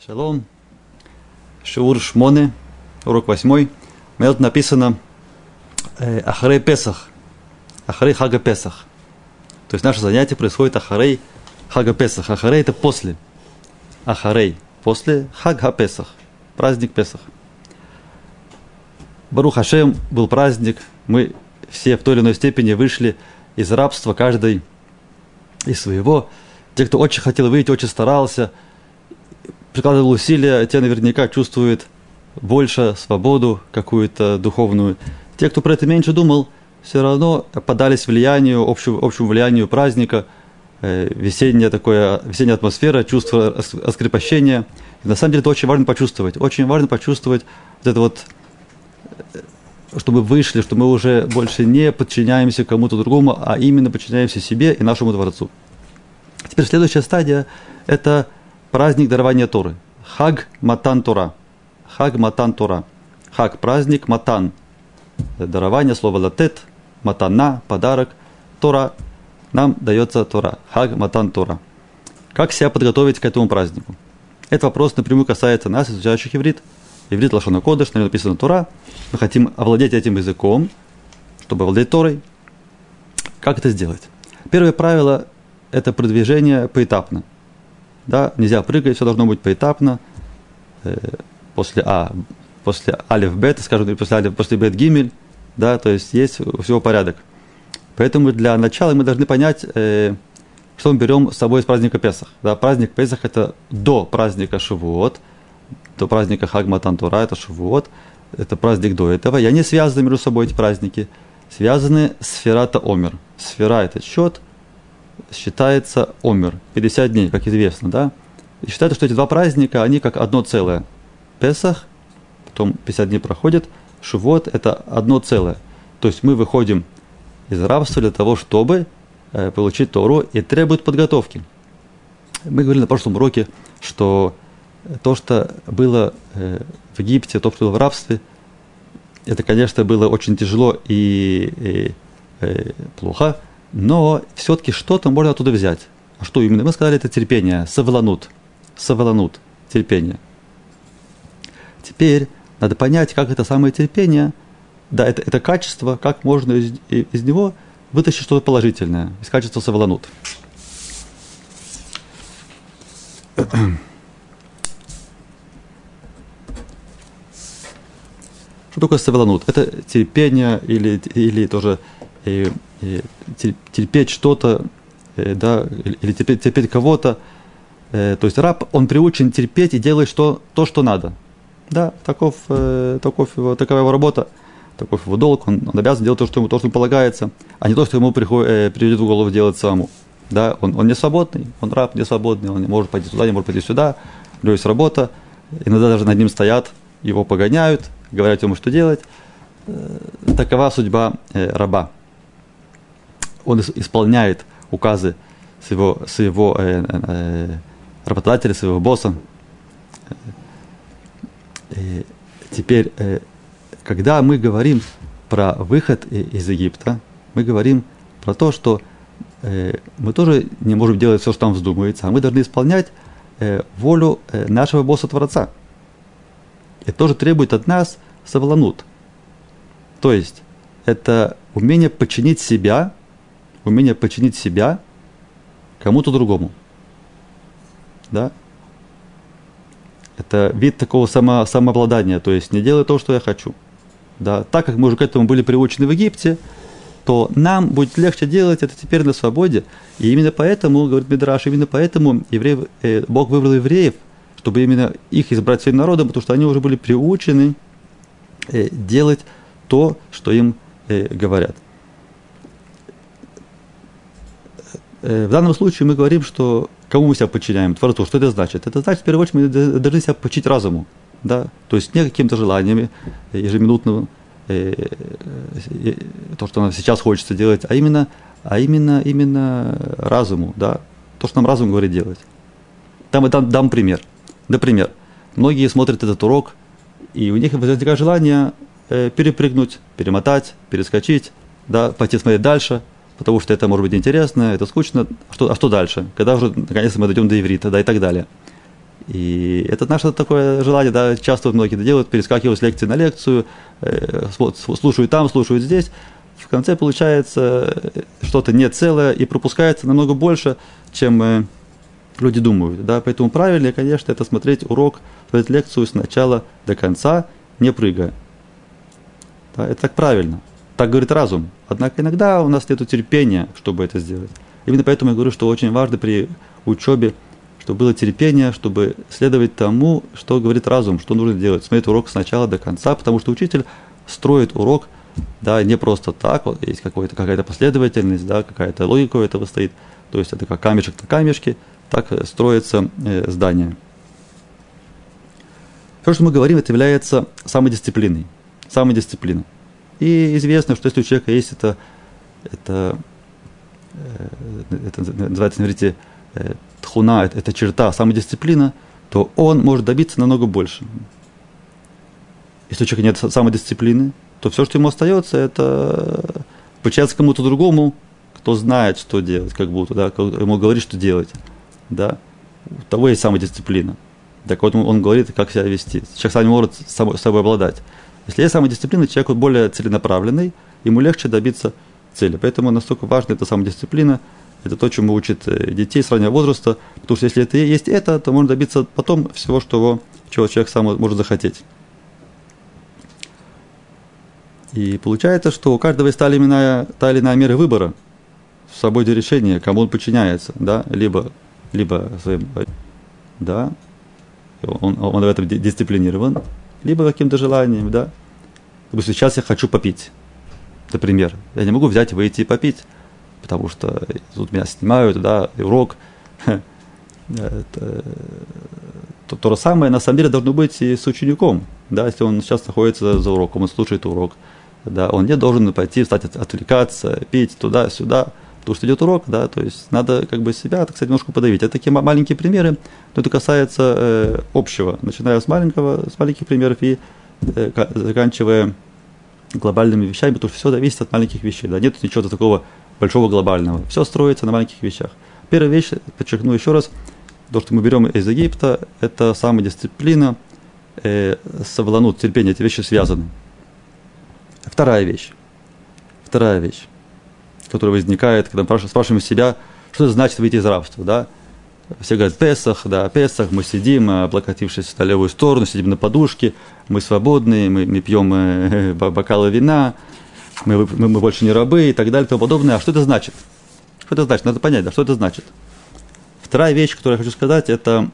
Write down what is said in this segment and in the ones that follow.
Шалом. Шиур Шмоне, урок 8. У меня тут написано Ахарей Песах. Ахарей Хага Песах. То есть наше занятие происходит Ахарей Хага Песах. Ахарей это после. Ахарей после Хага Песах. Праздник Песах. Барух Хашем был праздник. Мы все в той или иной степени вышли из рабства, каждый из своего. Те, кто очень хотел выйти, очень старался, прикладывал усилия, те наверняка чувствуют больше свободу какую-то духовную. Те, кто про это меньше думал, все равно поддались влиянию, общему влиянию праздника, весенняя атмосфера, чувство раскрепощения. И на самом деле это очень важно почувствовать. Очень важно почувствовать вот это вот, чтобы вышли, что мы уже больше не подчиняемся кому-то другому, а именно подчиняемся себе и нашему Творцу. Теперь следующая стадия – это праздник дарования Торы. Хаг Матан Тора. Хаг Матан Тора. Хаг – праздник, Матан – дарование, слово латет, матана – подарок, Тора – нам дается Тора. Хаг Матан Тора. Как себя подготовить к этому празднику? Этот вопрос напрямую касается нас, изучающих иврит. Иврит Лашон ха-Кодеш, на нем написано Тора. Мы хотим овладеть этим языком, чтобы овладеть Торой. Как это сделать? Первое правило – это продвижение поэтапно. Да, нельзя прыгать, все должно быть поэтапно. После алиф бет, скажем, после бет гимель, да, то есть есть всего порядок. Поэтому для начала мы должны понять, что мы берем с собой из праздника Песах. Да, праздник Песах это до праздника Шавуот, до праздника Хаг Матан Тора, это Шавуот, это праздник до этого. И они связаны между собой, эти праздники, связаны с Сферата Омер. Сфера это счет, считается Омер, 50 дней, как известно, да? И считается, что эти два праздника, они как одно целое. Песах, потом 50 дней проходит, Шавуот – это одно целое. То есть мы выходим из рабства для того, чтобы получить Тору, и требует подготовки. Мы говорили на прошлом уроке, что то, что было в Египте, то, что было в рабстве, это, конечно, было очень тяжело и плохо, но все-таки что-то можно оттуда взять. А что именно? Мы сказали, это терпение, савланут, терпение. Теперь надо понять, как это самое терпение, да, это качество, как можно из него вытащить что-то положительное, из качества савланут. Что такое савланут? Это терпение или тоже терпеть что-то, да, или терпеть кого-то. То есть раб, он приучен терпеть и делать то, что надо. Да, такова его работа, таков его долг, он обязан делать то, что ему полагается, а не то, что ему придет в голову делать самому. Да, он не свободный, он раб не свободный, он не может пойти туда, не может пойти сюда, у него есть работа, иногда даже над ним стоят, его погоняют, говорят ему, что делать. Такова судьба раба. Он исполняет указы своего работодателя, своего босса. Теперь, когда мы говорим про выход из Египта, мы говорим про то, что мы тоже не можем делать все, что нам вздумается, а мы должны исполнять волю нашего босса-творца. Это тоже требует от нас савланут. То есть, это умение подчинить себя кому-то другому. Да? Это вид такого самообладания, то есть не делай то, что я хочу. Да? Так как мы уже к этому были приучены в Египте, то нам будет легче делать это теперь на свободе. И именно поэтому, говорит Мидраш, Бог выбрал евреев, чтобы именно их избрать своим народом, потому что они уже были приучены делать то, что им говорят. В данном случае мы говорим, что кому мы себя подчиняем? Творцу. Что это значит? Это значит, в первую очередь, мы должны себя подчинить разуму. Да? То есть не какими-то желаниями ежеминутным, то, что нам сейчас хочется делать, а именно разуму. Да? То, что нам разум говорит делать. Дам пример. Например, многие смотрят этот урок, и у них возникает желание перепрыгнуть, перемотать, перескочить, да, пойти смотреть дальше, потому что это может быть интересно, это скучно. А что дальше? Когда уже наконец мы дойдем до иврита, да, и так далее. И это наше такое желание, да, часто многие это делают, перескакивают с лекции на лекцию, слушают там, слушают здесь. В конце получается что-то не целое и пропускается намного больше, чем люди думают. Да? Поэтому правильнее, конечно, это смотреть урок, смотреть лекцию с начала до конца, не прыгая. Да? Это так правильно. Так говорит разум. Однако иногда у нас нет терпения, чтобы это сделать. Именно поэтому я говорю, что очень важно при учебе, чтобы было терпение, чтобы следовать тому, что говорит разум, что нужно делать. Смотреть урок с начала до конца, потому что учитель строит урок, да, не просто так, вот есть какая-то последовательность, да, какая-то логика у этого стоит. То есть это как камешек на камешке, так строится здание. Все, что мы говорим, это является самодисциплиной. Самодисциплина. И известно, что если у человека есть это называется, смотрите, тхуна, это черта, самодисциплина, то он может добиться намного больше. Если у человека нет самодисциплины, то все, что ему остается, это подчиняться кому-то другому, кто знает, что делать, как будто, да, ему говорит, что делать. Да. У того есть самодисциплина. Так вот он говорит, как себя вести. Человек сам не может с собой обладать. Если есть самодисциплина, человек более целенаправленный, ему легче добиться цели. Поэтому настолько важна эта самодисциплина. Это то, чему учат детей с раннего возраста. Потому что если это есть это, то можно добиться потом всего, чего человек сам может захотеть. И получается, что у каждого есть та или иная мера выбора в свободе решения, кому он подчиняется, да, либо своим, да, он в этом дисциплинирован, либо каким-то желанием, да. Допустим, сейчас я хочу попить, например, я не могу взять, выйти и попить, потому что тут меня снимают, да, и урок. То же самое, на самом деле, должно быть и с учеником, да, если он сейчас находится за уроком, он слушает урок, да, он не должен пойти, встать, отвлекаться, пить туда-сюда, потому что идет урок, да, то есть надо как бы себя, так сказать, немножко подавить. Это такие маленькие примеры, но это касается общего, начиная с маленьких примеров и заканчивая глобальными вещами, потому что все зависит от маленьких вещей, да, нет ничего такого большого глобального, все строится на маленьких вещах. Первая вещь, подчеркну еще раз, то, что мы берем из Египта, это самодисциплина, савланут, терпение, эти вещи связаны. Вторая вещь, которая возникает, когда мы спрашиваем себя, что это значит выйти из рабства, да? Все говорят, Песах, мы сидим, облокотившись на левую сторону, сидим на подушке, мы свободны, мы пьем бокалы вина, мы больше не рабы и так далее и тому подобное. А что это значит? Что это значит? Надо понять, да, что это значит. Вторая вещь, которую я хочу сказать, это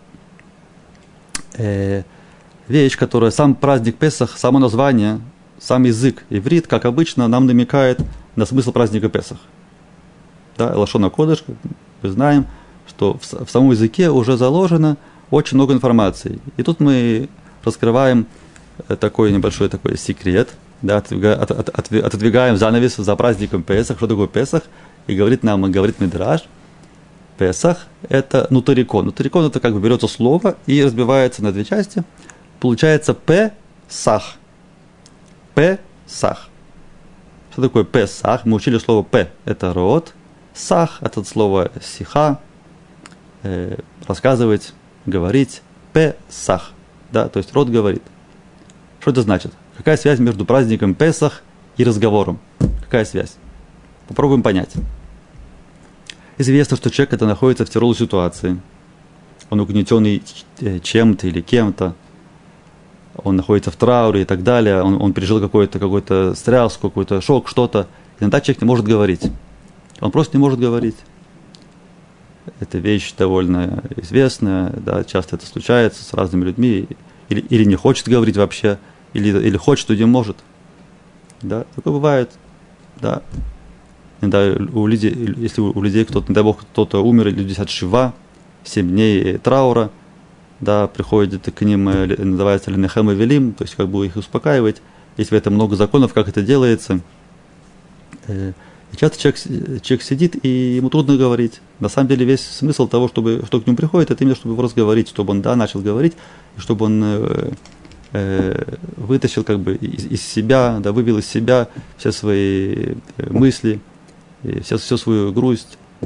вещь, которая сам праздник Песах, само название, сам язык, иврит, как обычно, нам намекает на смысл праздника Песах. Да, лашон а-кодеш, мы знаем, что в самом языке уже заложено очень много информации. И тут мы раскрываем такой небольшой такой секрет, да, отодвигаем занавес за праздником Песах. Что такое Песах? И говорит Мидраш, Песах – это нутарикон. Нутарикон – это как бы берется слово и разбивается на две части. Получается Песах. Песах. Что такое Песах? Мы учили слово П – это рот. Сах – это слово сиха, рассказывать, говорить. Песах. Да, то есть рот говорит. Что это значит? Какая связь между праздником Песах и разговором? Какая связь? Попробуем понять. Известно, что человек это находится в тяжелой ситуации. Он угнетенный чем-то или кем-то. Он находится в трауре и так далее. Он пережил какую-то стряску, какой-то шок, что-то. Иногда человек не может говорить. Он просто не может говорить. Это вещь довольно известная. Да, часто это случается с разными людьми. Или не хочет говорить вообще, или хочет, но не может. Да, такое бывает. Да. Иногда если у людей кто-то, не дай бог, кто-то умер, или люди от шива, 7 дней траура, да, приходит к ним, называется ленехем и велим, то есть как бы их успокаивать. Есть в этом много законов, как это делается. И часто человек сидит, и ему трудно говорить. На самом деле весь смысл того, что к нему приходит, это именно, чтобы его разговорить, чтобы он, да, начал говорить, и чтобы он вытащил как бы из себя, да, вывел из себя все свои мысли, и всю свою грусть.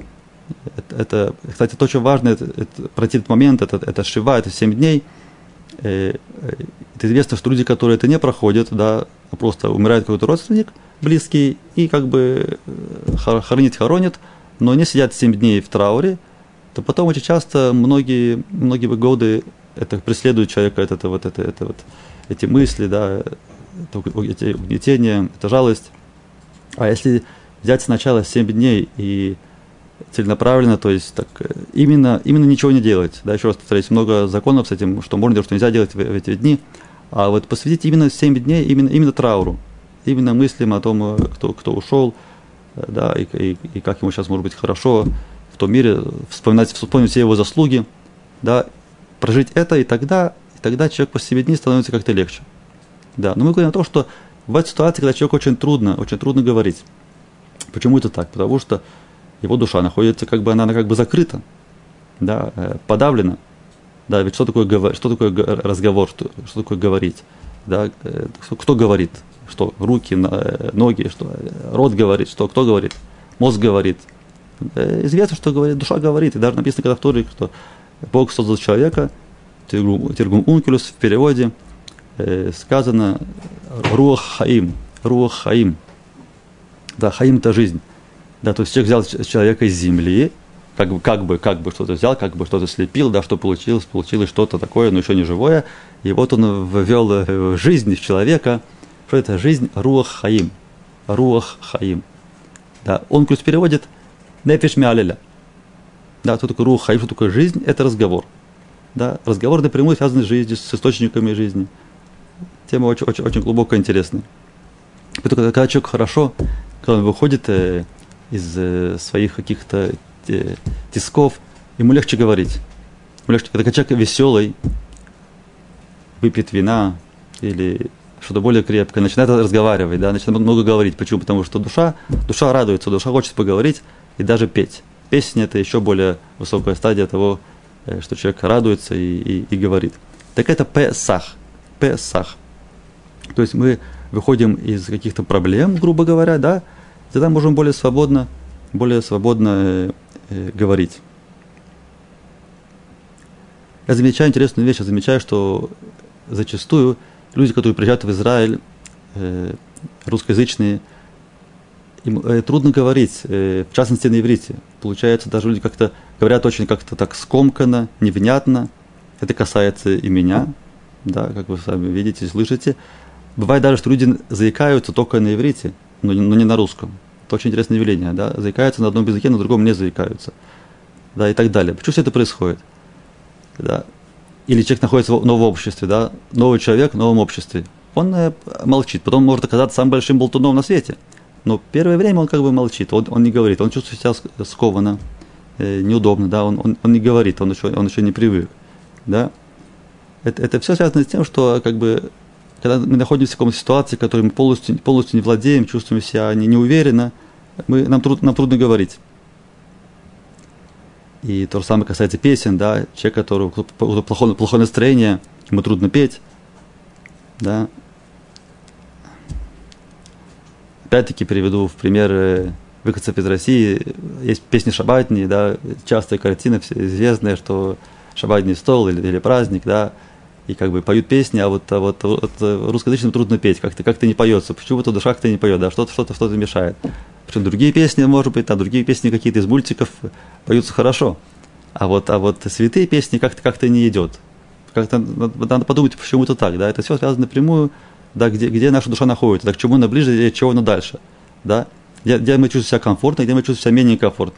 Кстати, это очень важно, пройти этот момент, это шива, это 7 дней. Это известно, что люди, которые это не проходят, да, а просто умирает какой-то родственник близкий и как бы хоронят, но не сидят 7 дней в трауре, то потом очень часто многие годы это преследует человека, эти мысли, да, эти угнетения, эта жалость. А если взять сначала 7 дней и целенаправленно, то есть так, именно ничего не делать. Да, еще раз повторяюсь, много законов с этим, что можно делать, что нельзя делать в эти дни. А вот посвятить именно 7 дней именно трауру, именно мыслям о том, кто ушел, да, и как ему сейчас может быть хорошо в том мире, вспомнить все его заслуги, да, прожить это, и тогда человек после 7 дней становится как-то легче. Да, но мы говорим о том, что в этой ситуации, когда человеку очень трудно говорить. Почему это так? Потому что его душа находится, она закрыта, да, подавлена. Да, ведь что такое разговор, что такое говорить? Да, кто говорит? Что руки, ноги, что рот говорит, кто говорит? Мозг говорит. Известно, что говорит, душа говорит. И даже написано, когда в Торе, что Бог создал человека, Тиргум Ункилус в переводе сказано Руах Хаим. Да, Хаим – это жизнь. Да, то есть человек взял человека из земли, как бы что-то взял, как бы что-то слепил, да, что получилось что-то такое, но еще не живое. И вот он ввел жизнь в человека. Что это? Жизнь Руах Хаим. Да, он плюс переводит Нефиш Миалеля. Да, что такое Руах Хаим, что такое жизнь? Это разговор. Да, разговор напрямую связан с жизнью, с источниками жизни. Тема очень, очень, очень глубокая, интересная. Поэтому, когда человек хорошо, когда он выходит из своих каких-то тисков, ему легче говорить. Когда человек веселый, выпьет вина или что-то более крепкое, начинает разговаривать, да, начинает много говорить. Почему? Потому что душа радуется, душа хочет поговорить и даже петь. Песня – это еще более высокая стадия того, что человек радуется и говорит. Так это Песах. То есть мы выходим из каких-то проблем, грубо говоря, да, тогда можем более свободно говорить. Я замечаю интересную вещь, что зачастую люди, которые приезжают в Израиль, русскоязычные, им трудно говорить, в частности на иврите. Получается, даже люди как-то говорят очень как-то так скомканно, невнятно. Это касается и меня, да, как вы сами видите, слышите. Бывает даже, что люди заикаются только на иврите, но не на русском. Это очень интересное явление, да, заикаются на одном языке, на другом не заикаются, да, и так далее. Почему все это происходит? Да? Или человек находится в новом обществе, да, новый человек в новом обществе, он молчит, потом может оказаться самым большим болтуном на свете, но первое время он как бы молчит, он не говорит, он чувствует себя скованно, неудобно, да, он не говорит, он еще не привык, да. Это все связано с тем, что как бы когда мы находимся в какой-то ситуации, в которой мы полностью не владеем, чувствуем себя неуверенно, нам трудно говорить. И то же самое касается песен, да, человек, который плохое настроение, ему трудно петь, да. Опять-таки приведу в пример выходцев из России. Есть песни шаббатные, да, частая картина, известная, что шаббатный стол или праздник, да, и как бы поют песни, а вот русскоязычным трудно петь, как-то не поется. Почему-то душа как-то не поет, да, что-то мешает. Причем другие песни, может быть, другие песни какие-то из мультиков поются хорошо. А вот святые песни как-то не идет. Как-то надо подумать, почему это так, да. Это все связано напрямую, да, где наша душа находится, да, к чему она ближе и от чего она дальше, да. Где мы чувствуем себя комфортно, где мы чувствуем себя менее комфортно.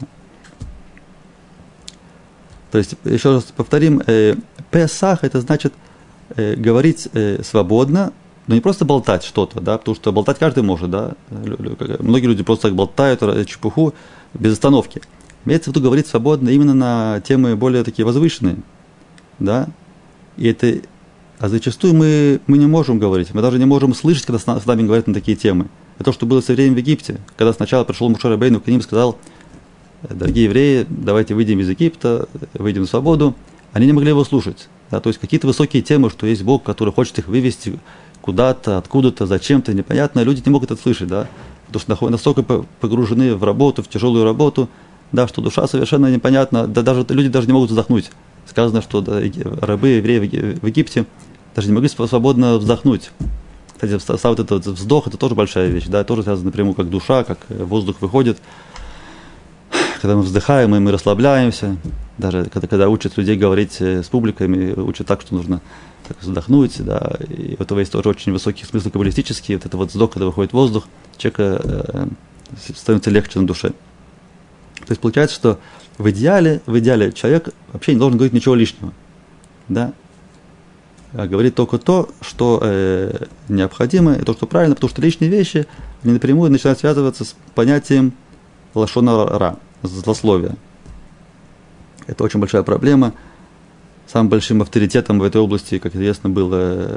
То есть, еще раз повторим, Песах это значит говорить свободно, но не просто болтать что-то, да, потому что болтать каждый может, да. Многие люди просто так болтают чепуху без остановки. Имеется в виду говорить свободно именно на темы более такие возвышенные, да. А зачастую мы не можем говорить, мы даже не можем слышать, когда с нами говорят на такие темы. Это то, что было со временем в Египте, когда сначала пришел Моше Рабейну к ним и сказал: дорогие евреи, давайте выйдем из Египта, выйдем на свободу. Они не могли его слушать. Да, то есть какие-то высокие темы, что есть Бог, который хочет их вывести куда-то, откуда-то, зачем-то, непонятно, люди не могут это слышать, да, потому что настолько погружены в работу, в тяжелую работу, да, что душа совершенно непонятна, да, даже люди даже не могут вздохнуть. Сказано, что да, рабы, евреи в Египте даже не могли свободно вздохнуть. Кстати, сам вот этот вздох, это тоже большая вещь, да, тоже связано напрямую как душа, как воздух выходит. Когда мы вздыхаем, мы расслабляемся. Даже когда учат людей говорить с публикой, учат так, что нужно так вздохнуть, да, и у этого есть тоже очень высокий смысл каббалистический. Вот это вот вздох, когда выходит воздух, человека становится легче на душе. То есть получается, что в идеале человек вообще не должен говорить ничего лишнего, да, а говорит только то, что необходимо, и то, что правильно, потому что лишние вещи они напрямую начинают связываться с понятием лашон ара, злословия. Это очень большая проблема. Самым большим авторитетом в этой области, как известно, был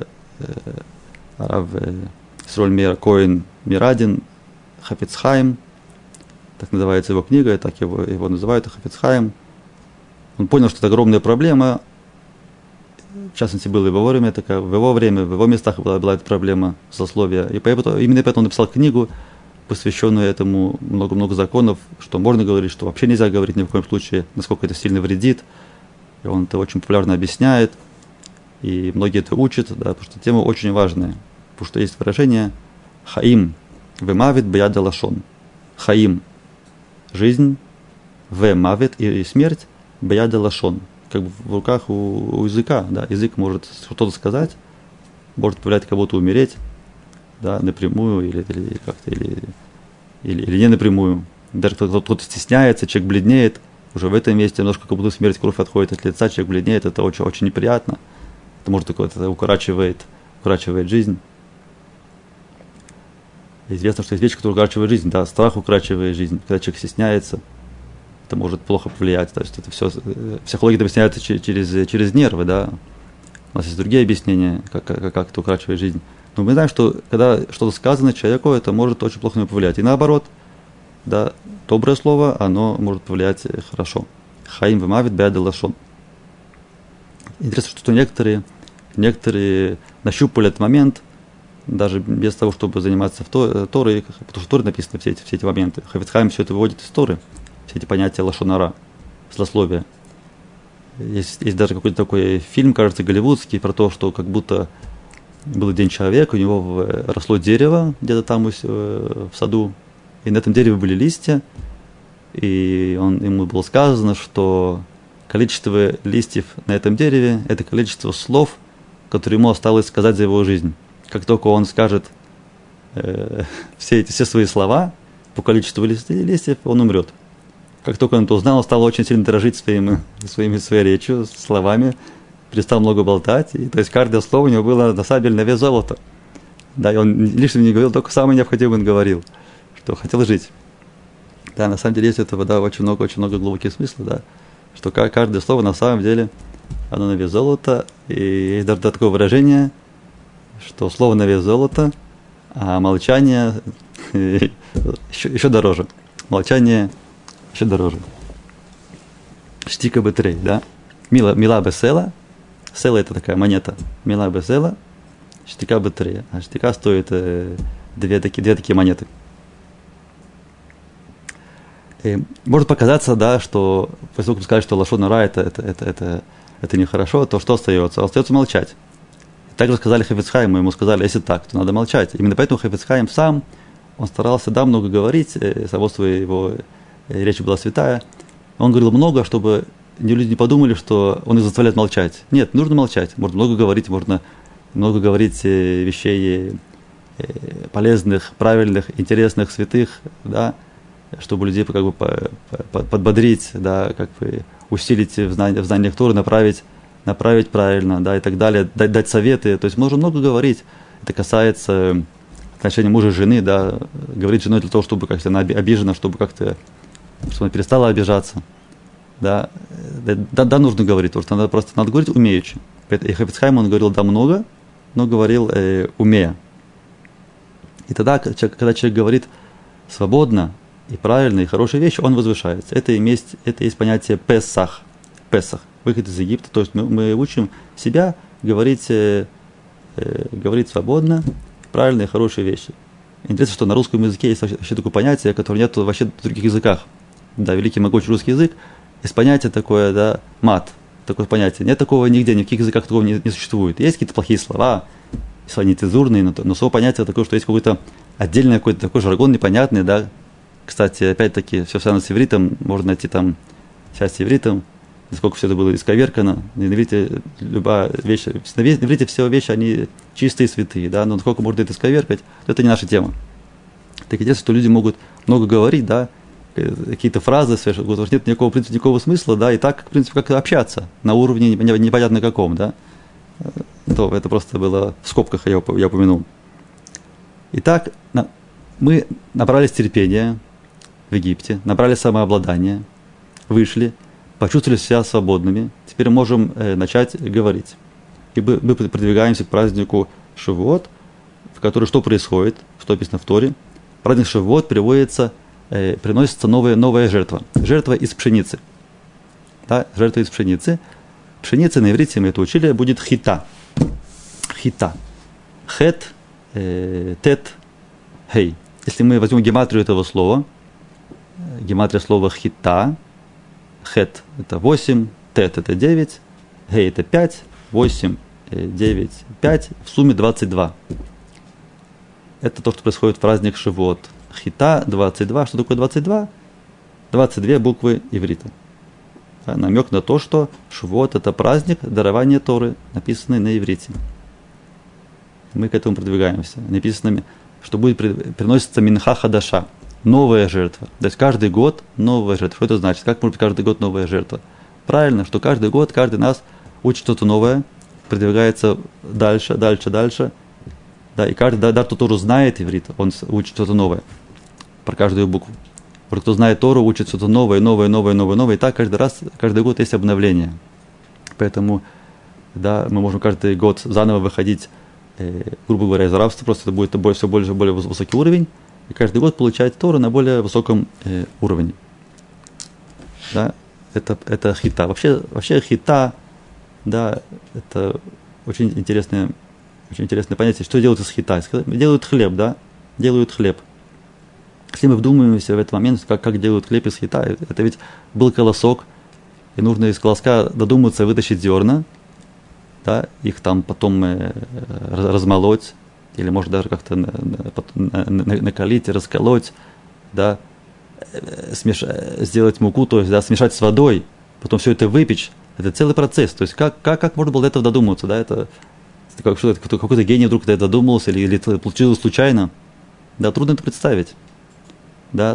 рав Исроль Мейр Коэн Мирадин Хафец Хаим. Так называется его книга, так его называют, Хафец Хаим. Он понял, что это огромная проблема. В частности, было в его время, в его местах была эта проблема злословия. И именно поэтому он написал книгу, посвященную этому, много-много законов, что можно говорить, что вообще нельзя говорить ни в коем случае, насколько это сильно вредит. И он это очень популярно объясняет, и многие это учат, да, потому что тема очень важная. Потому что есть выражение «хаим вемавит бияда лашон». «Хаим» – жизнь, «вемавит» и смерть бияда лашон. Как бы в руках у языка, да, язык может что-то сказать, может повлиять кого-то умереть, да, напрямую или как-то, или не напрямую. Даже кто-то стесняется, человек бледнеет, уже в этом месте немножко как будто смерть, кровь отходит от лица, человек бледнеет, это очень, очень неприятно. Это может это укорачивает жизнь. Известно, что есть вещи, которые укорачивают жизнь, да, страх укорачивает жизнь, когда человек стесняется, это может плохо повлиять. То есть это все, психология объясняется через нервы, да. У нас есть другие объяснения, как это укорачивает жизнь. Но мы знаем, что когда что-то сказано человеку, это может очень плохо на него повлиять. И наоборот, да, доброе слово, оно может повлиять хорошо. Хаим вемавит бияда лашон. Интересно, что некоторые нащупали этот момент, даже без того, чтобы заниматься Торой, потому что в Торе написаны все эти моменты. Хафец Хаим все это выводит из Торы, все эти понятия лашон ара, злословия. Есть даже какой-то такой фильм, кажется, голливудский, про то, что как будто был день человека, у него росло дерево где-то там в саду, и на этом дереве были листья, и ему было сказано, что количество листьев на этом дереве – это количество слов, которые ему осталось сказать за его жизнь. Как только он скажет все свои слова по количеству листьев, он умрет. Как только он это узнал, он стал очень сильно дорожить своей речью, словами, перестал много болтать. И, то есть каждое слово у него было на самом деле на вес золота. Да, и он лишнего не говорил, только самое необходимое он говорил, что хотел жить. Да, на самом деле есть этого, да, очень много глубоких смыслов, да, что каждое слово на самом деле оно на вес золота. И есть даже такое выражение, что слово на вес золота, а молчание еще дороже. Молчание еще дороже. Штика бетрей, да. Мила бесела. Села это такая монета. Мила бесела. Штика бетрей. А штика стоит две такие монеты. И может показаться, да, что после того, как сказать, что лашон ара это нехорошо, то что остается? Остается молчать. Также сказали Хафец Хаиму, ему сказали, если так, то надо молчать. Именно поэтому Хафец Хаим сам, он старался, да, много говорить, само его речь была святая. Он говорил много, чтобы люди не подумали, что он их заставляет молчать. Нет, нужно молчать. Можно много говорить вещей полезных, правильных, интересных, святых, да, чтобы людей как бы подбодрить, да, как бы усилить в знаниях Торы, направить правильно, да, и так далее, дать советы. То есть можно много говорить. Это касается отношений мужа и жены, да, говорить с женой для того, чтобы как-то она обижена, чтобы она перестала обижаться. Да, нужно говорить, потому что надо говорить умеючи. И Хафец Хаим, он говорил, да, много, но говорил умея. И тогда, когда человек говорит свободно и правильно, и хорошие вещи, он возвышается. Это есть понятие Песах, выход из Египта. То есть мы учим себя говорить свободно, правильные, хорошие вещи. Интересно, что на русском языке есть вообще такое понятие, которое нет вообще в других языках. да, великий могучий русский язык, есть понятие такое, да, мат, такое понятие. Нет такого нигде, ни в каких языках такого не существует. Есть какие-то плохие слова, слова нецензурные, но слово понятие такое, что есть какой-то отдельный какой-то такой жаргон непонятный, да. Кстати, опять-таки, все связано с ивритом, можно найти там часть ивритом, насколько все это было исковеркано. На иврите любая вещь, на иврите все вещи, они чистые, святые, да, но насколько можно это исковеркать, это не наша тема. Так интересно, что люди могут много говорить, да, какие-то фразы, у которых нет никакого, в принципе, никакого смысла, да, и так, в принципе, как общаться на уровне непонятно каком, да. То это просто было в скобках, я упомянул. Итак, мы набрались терпения в Египте, набрали самообладание, вышли, почувствовали себя свободными, теперь можем начать говорить. И мы продвигаемся к празднику Шавуот, в который что происходит, что написано в Торе. Праздник Шавуот приносится новая жертва. Жертва из пшеницы. Да, жертва из пшеницы. Пшеница на иврите, мы это учили, будет хита. Хита. Хет, тет, хей. Если мы возьмем гематрию этого слова, гематрия слова хита, хет это 8, тет это 9, хей это 5, 8, 9, 5, в сумме 22. Это то, что происходит в праздник Шавуот. Хита 22. Что такое 22? 22 буквы иврита. Да, намек на то, что Шавуот это праздник дарования Торы, написанный на иврите. Мы к этому продвигаемся. Написано, что будет приноситься минха хадаша, новая жертва. То есть каждый год новая жертва. Что это значит? Как может быть каждый год новая жертва? Правильно, что каждый год, каждый нас учит что-то новое, продвигается дальше. Да, и каждый, да, кто Тору знает иврит, он учит что-то новое. Про каждую букву. Кто знает Тору, учит что-то новое. И так каждый год есть обновление. Поэтому, да, мы можем каждый год заново выходить, грубо говоря, из рабства. Просто это будет все более высокий уровень. И каждый год получать Тору на более высоком уровне. Да, это хита. Вообще хита, да, это очень интересное понятие. Что делают из хита? Делают хлеб, да? Делают хлеб. Если мы вдумаемся в этот момент, как делают хлеб из хита, это ведь был колосок, и нужно из колоска додуматься вытащить зерна, да, их там потом размолоть, или может даже как-то накалить, расколоть, да, сделать муку, то есть, да, смешать с водой, потом все это выпечь. Это целый процесс. То есть как можно было до этого додуматься, да, это какой-то гений вдруг до этого додумался или получилось случайно. Да, трудно это представить. Да,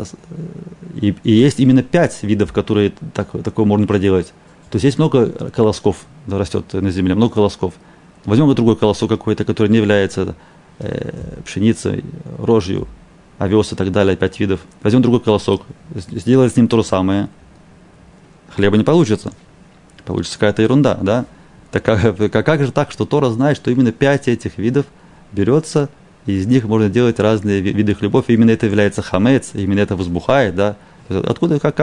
и есть именно 5 видов, которые такое можно проделать. То есть есть много колосков, да, растет на земле, много колосков. Возьмем другой колосок какой-то, который не является пшеницей, рожью, овес и так далее, 5 видов. Возьмем другой колосок, сделаем с ним то же самое. Хлеба не получится. Получится какая-то ерунда, да? Так как же так, что Тора знает, что именно 5 этих видов берется, и из них можно делать разные виды хлебов, и именно это является хамец, именно это возбухает, да? Откуда, как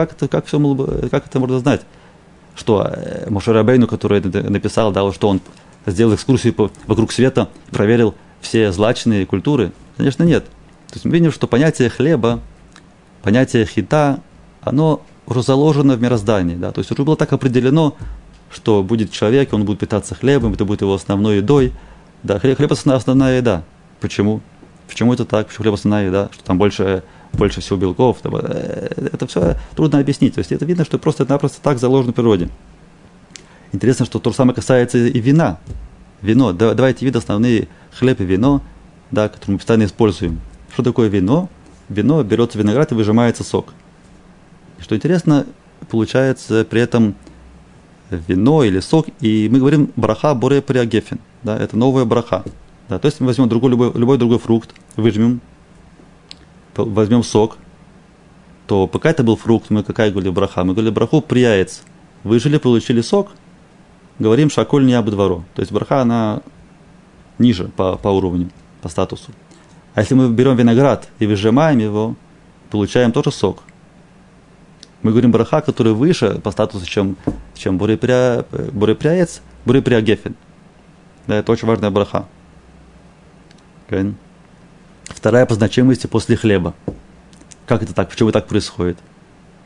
это можно знать? Что Моше Рабейну, который это написал, да, что он сделал экскурсию вокруг света, проверил все злачные культуры? Конечно, нет. То есть мы видим, что понятие хлеба, понятие хита, оно уже заложено в мироздании, да? То есть уже было так определено, что будет человек, он будет питаться хлебом, это будет его основной едой. Да, хлеб это основная еда. Почему? Почему это так? Почему хлеб основная еда? Что там больше всего белков? Это все трудно объяснить. То есть это видно, что просто-напросто так заложено в природе. Интересно, что то же самое касается и вина. Вино. Два эти вида основные, хлеб и вино, да, которые мы постоянно используем. Что такое вино? Вино, берется виноград и выжимается сок. И что интересно, получается при этом вино или сок, и мы говорим браха боре приагефин, да, это новая браха. Да, то есть мы возьмем любой другой фрукт, выжмем, возьмем сок, то пока это был фрукт, мы какая говорили браха? Мы говорили браху прияец. Выжили, получили сок, говорим шаколь не абдваро. То есть браха, она ниже по уровню, по статусу. А если мы берем виноград и выжимаем его, получаем тоже сок. Мы говорим браха, который выше по статусу, чем бурепряец, бурепрягефин. Да, это очень важная браха. Okay. Вторая по значимости после хлеба. Как это так? Почему так происходит?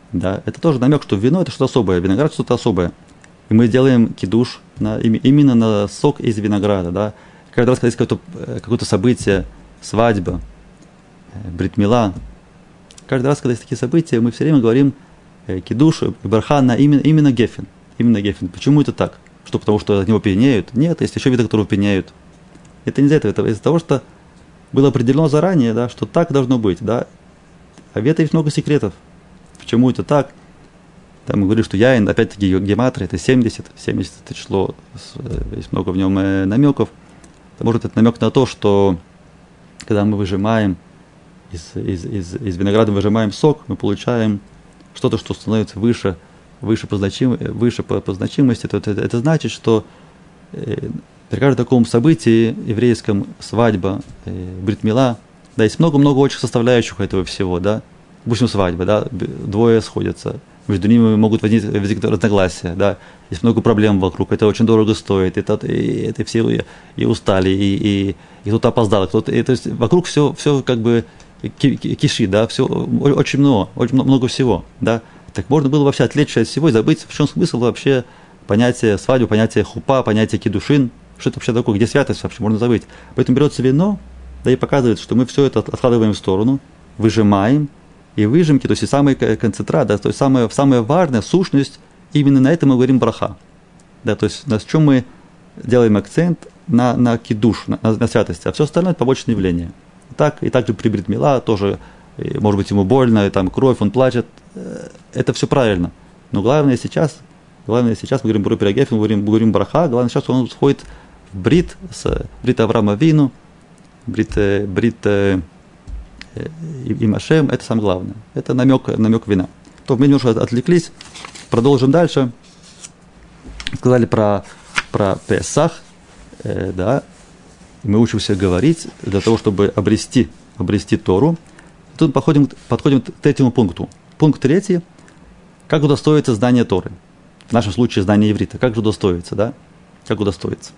Да, это тоже намек, что вино – это что-то особое, виноград – что-то особое. И мы делаем кидуш именно на сок из винограда. Да. Каждый раз, когда есть какое-то событие, свадьба, брит-мила, каждый раз, когда есть такие события, мы все время говорим кидуш и браха на именно гефен. Именно гефен. Почему это так? Что, потому что от него пьянеют? Нет, есть еще виды, которые пьянеют. Это не из-за этого, это из-за того, что было определено заранее, да, что так должно быть. Да. А в этом есть много секретов. Почему это так? Там мы говорим, что яин, опять-таки, гематрия, это 70 это число, есть много в нем намеков. Может, это намек на то, что когда мы выжимаем из винограда выжимаем сок, мы получаем что-то, что становится выше по значимости. Это значит, что при каждом таком событии, еврейском, свадьба, брит-мила, да, есть много-много очень составляющих этого всего, да. Допустим, свадьба, да, двое сходятся, между ними могут возникнуть разногласия, да, есть много проблем вокруг, это очень дорого стоит, это все и устали, и кто-то опоздал, то есть вокруг все как бы кишит, да, все очень много всего, да. Так можно было вообще отвлечься от всего и забыть, в чем смысл вообще понятия свадьбы, понятия хупа, понятия кидушин, что это вообще такое, где святость вообще, можно забыть. Поэтому берется вино, да, и показывает, что мы все это откладываем в сторону, выжимаем, и выжимки, то есть самый концентрат, да, то есть самая важная сущность, именно на это мы говорим браха. Да, то есть на чем мы делаем акцент на кидуш, на святости, а все остальное это побочное явление. И также при брит-мила тоже, может быть, ему больно, там кровь, он плачет, это все правильно. Но главное сейчас мы говорим про пирогеф, мы говорим браха, главное сейчас он входит в брит, брит Авраама Вину, брит и Машем, это самое главное. Это намек вина. То мы немножко отвлеклись, продолжим дальше. Сказали про Песах, да, мы учимся говорить для того, чтобы обрести Тору. Тут подходим к третьему пункту. Пункт 3. Как удостоиться знания Торы? В нашем случае знания иврита. Как же удостоиться, да? Как удостоиться?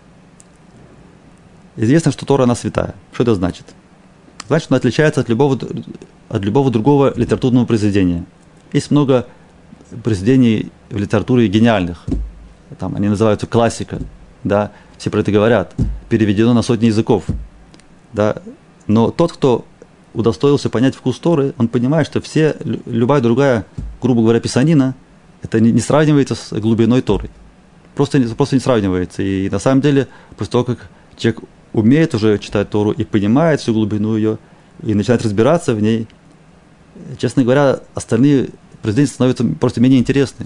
Известно, что Тора, она святая. Что это значит? Значит, она отличается от любого другого литературного произведения. Есть много произведений в литературе гениальных. Там они называются классика, да, все про это говорят. Переведено на сотни языков. Да. Но тот, кто удостоился понять вкус Торы, он понимает, что любая другая, грубо говоря, писанина, это не сравнивается с глубиной Торы. Просто не сравнивается. И на самом деле, после того, как человек умеет уже читать Тору и понимает всю глубину ее, и начинает разбираться в ней, честно говоря, остальные произведения становятся просто менее интересны.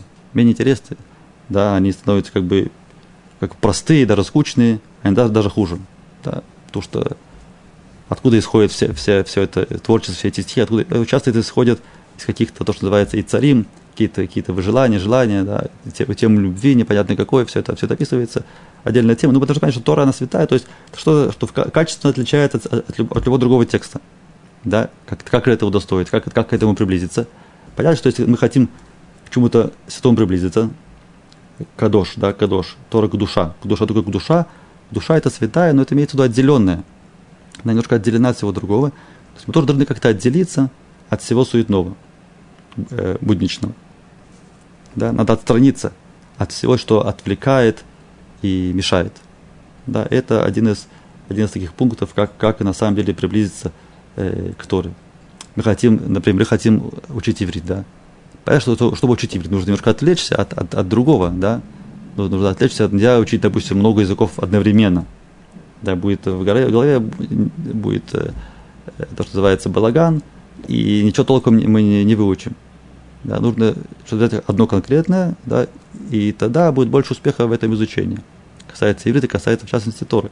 Да, они становятся как простые, даже скучные, они даже хуже. Да, потому что откуда исходит все это творчество, все эти стихи, часто это исходит из каких-то, то, что называется, и царим, какие-то выжелания, желания, да, тему любви, непонятно какой, все это описывается, отдельная тема. Ну, потому что, конечно, Тора, она святая, то есть что качественно отличается от любого другого текста. Да? Как это удостоить, как к этому приблизиться. Понятно, что если мы хотим к чему-то святому приблизиться, кадош, Тора душа только душа это святая, но это имеется в виду отделенная. Она немножко отделена от всего другого. То есть мы тоже должны как-то отделиться от всего суетного, будничного. Да? Надо отстраниться от всего, что отвлекает и мешает. Да? Это один из таких пунктов, как на самом деле приблизиться к Торе. Мы хотим учить иврит, да. Понятно, что чтобы учить иврит, нужно немножко отвлечься от другого, да. Нужно отвлечься, нельзя учить, допустим, много языков одновременно. Да, будет в голове будет то, что называется балаган, и ничего толком мы не выучим. Да, нужно что-то взять одно конкретное, да, и тогда будет больше успеха в этом изучении. Касается иврита, касается в частности Торы.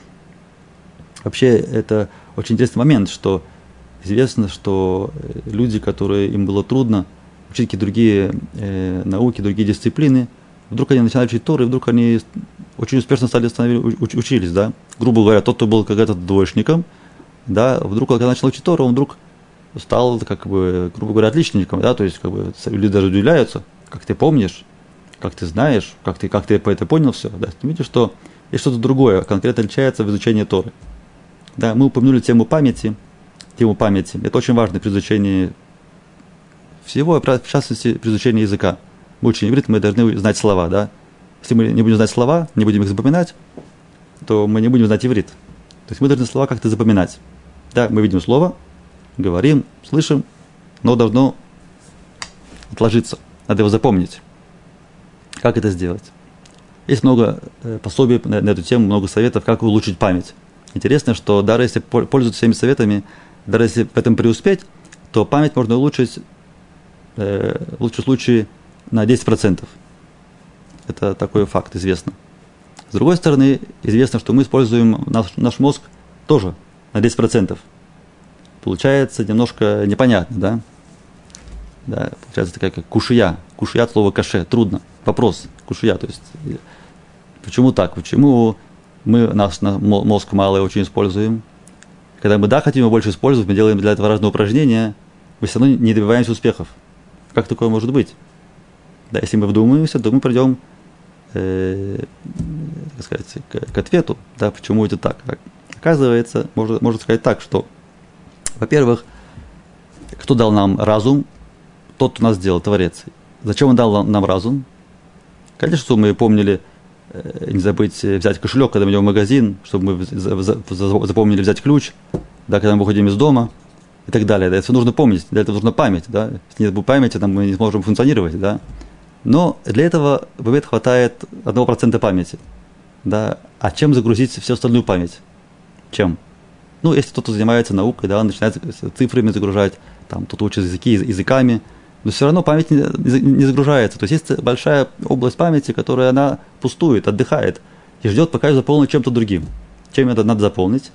Вообще, это очень интересный момент, что известно, что люди, которые им было трудно учить какие-то другие науки, другие дисциплины, вдруг они начинают учить Тору, и вдруг они очень успешно учились, да. Грубо говоря, тот, кто был когда-то двоечником, да, вдруг, когда начал учить Тору, он вдруг стал, грубо говоря, отличником, да, то есть, люди даже удивляются, как ты помнишь, как ты знаешь, как ты это понял все, да. Ты видишь, что есть что-то другое, конкретно отличается в изучении Торы. Да, мы упомянули тему памяти. Это очень важно при изучении всего, в частности, при изучении языка. Мы учим иврит, мы должны знать слова, да. Если мы не будем знать слова, не будем их запоминать, то мы не будем знать иврит. То есть мы должны слова как-то запоминать. Да, мы видим слово, говорим, слышим, но должно отложиться. Надо его запомнить. Как это сделать? Есть много пособий на эту тему, много советов, как улучшить память. Интересно, что даже если пользоваться всеми советами, даже если в этом преуспеть, то память можно улучшить в лучшем случае на 10%. Это такой факт, известно. С другой стороны, известно, что мы используем наш мозг тоже на 10%. Получается немножко непонятно, да? Да, получается такая как кушия. Кушия от слова каше, трудно. Вопрос, кушия, то есть почему так? Почему мы наш мозг малый очень используем? Когда мы хотим его больше использовать, мы делаем для этого разные упражнения, мы все равно не добиваемся успехов. Как такое может быть? Да, если мы вдумаемся, то мы придем так сказать, к ответу, да, почему это так. Оказывается, можно сказать так, что, во-первых, кто дал нам разум? Тот, кто нас сделал, Творец. Зачем он дал нам разум? Конечно, чтобы мы помнили, не забыть взять кошелек, когда мы идем в магазин, чтобы мы запомнили взять ключ, да, когда мы выходим из дома и так далее. Да, это все нужно помнить, для этого нужна память. Да. Если нет памяти, там мы не сможем функционировать. Да. Но для этого в обед хватает 1% памяти. Да. А чем загрузить всю остальную память? Чем? Ну, если кто-то занимается наукой, да, он начинает цифрами загружать, там кто-то учит языками, но все равно память не загружается. То есть есть большая область памяти, которая она пустует, отдыхает и ждет, пока ее заполнит чем-то другим. Чем это надо заполнить?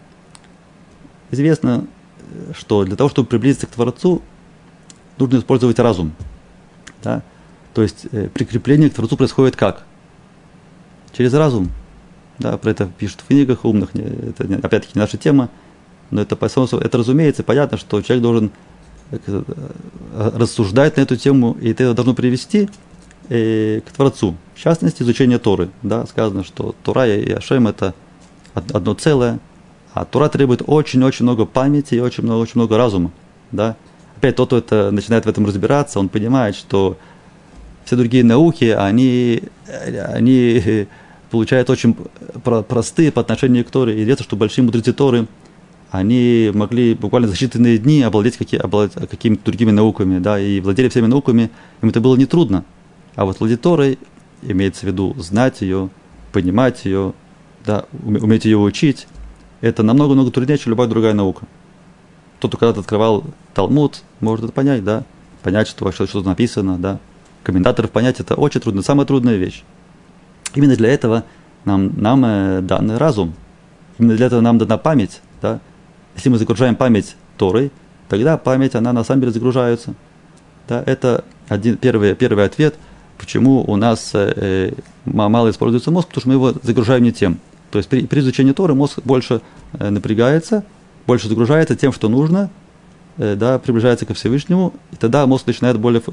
Известно, что для того, чтобы приблизиться к Творцу, нужно использовать разум. Да? То есть прикрепление к Творцу происходит как? Через разум. Да, про это пишут в книгах умных, это опять-таки не наша тема, но это разумеется, понятно, что человек должен рассуждать на эту тему, и это должно привести к Творцу. В частности, изучение Торы. Да, сказано, что Тора и Ашем – это одно целое, а Тора требует очень-очень много памяти и очень много разума. Да. Опять тот, кто это начинает в этом разбираться, он понимает, что все другие науки, они получают очень простые по отношению к Торе. И известно, что большие мудрецы Торы, они могли буквально за считанные дни обладать какими-то другими науками, да, и владели всеми науками, им это было нетрудно. А вот владеть Торой, имеется в виду знать ее, понимать ее, да, уметь ее учить, это намного-много труднее, чем любая другая наука. Тот, кто когда-то открывал Талмуд, может это понять, да, понять, что написано, да. Комментаторов понять, это очень трудно, самая трудная вещь. Именно для этого нам дан разум, именно для этого нам дана память, да. Если мы загружаем память Торой, тогда память, она на самом деле загружается. Да, это первый ответ, почему у нас мало используется мозг, потому что мы его загружаем не тем. То есть при изучении Торы мозг больше напрягается, больше загружается тем, что нужно, да, приближается ко Всевышнему, и тогда мозг начинает более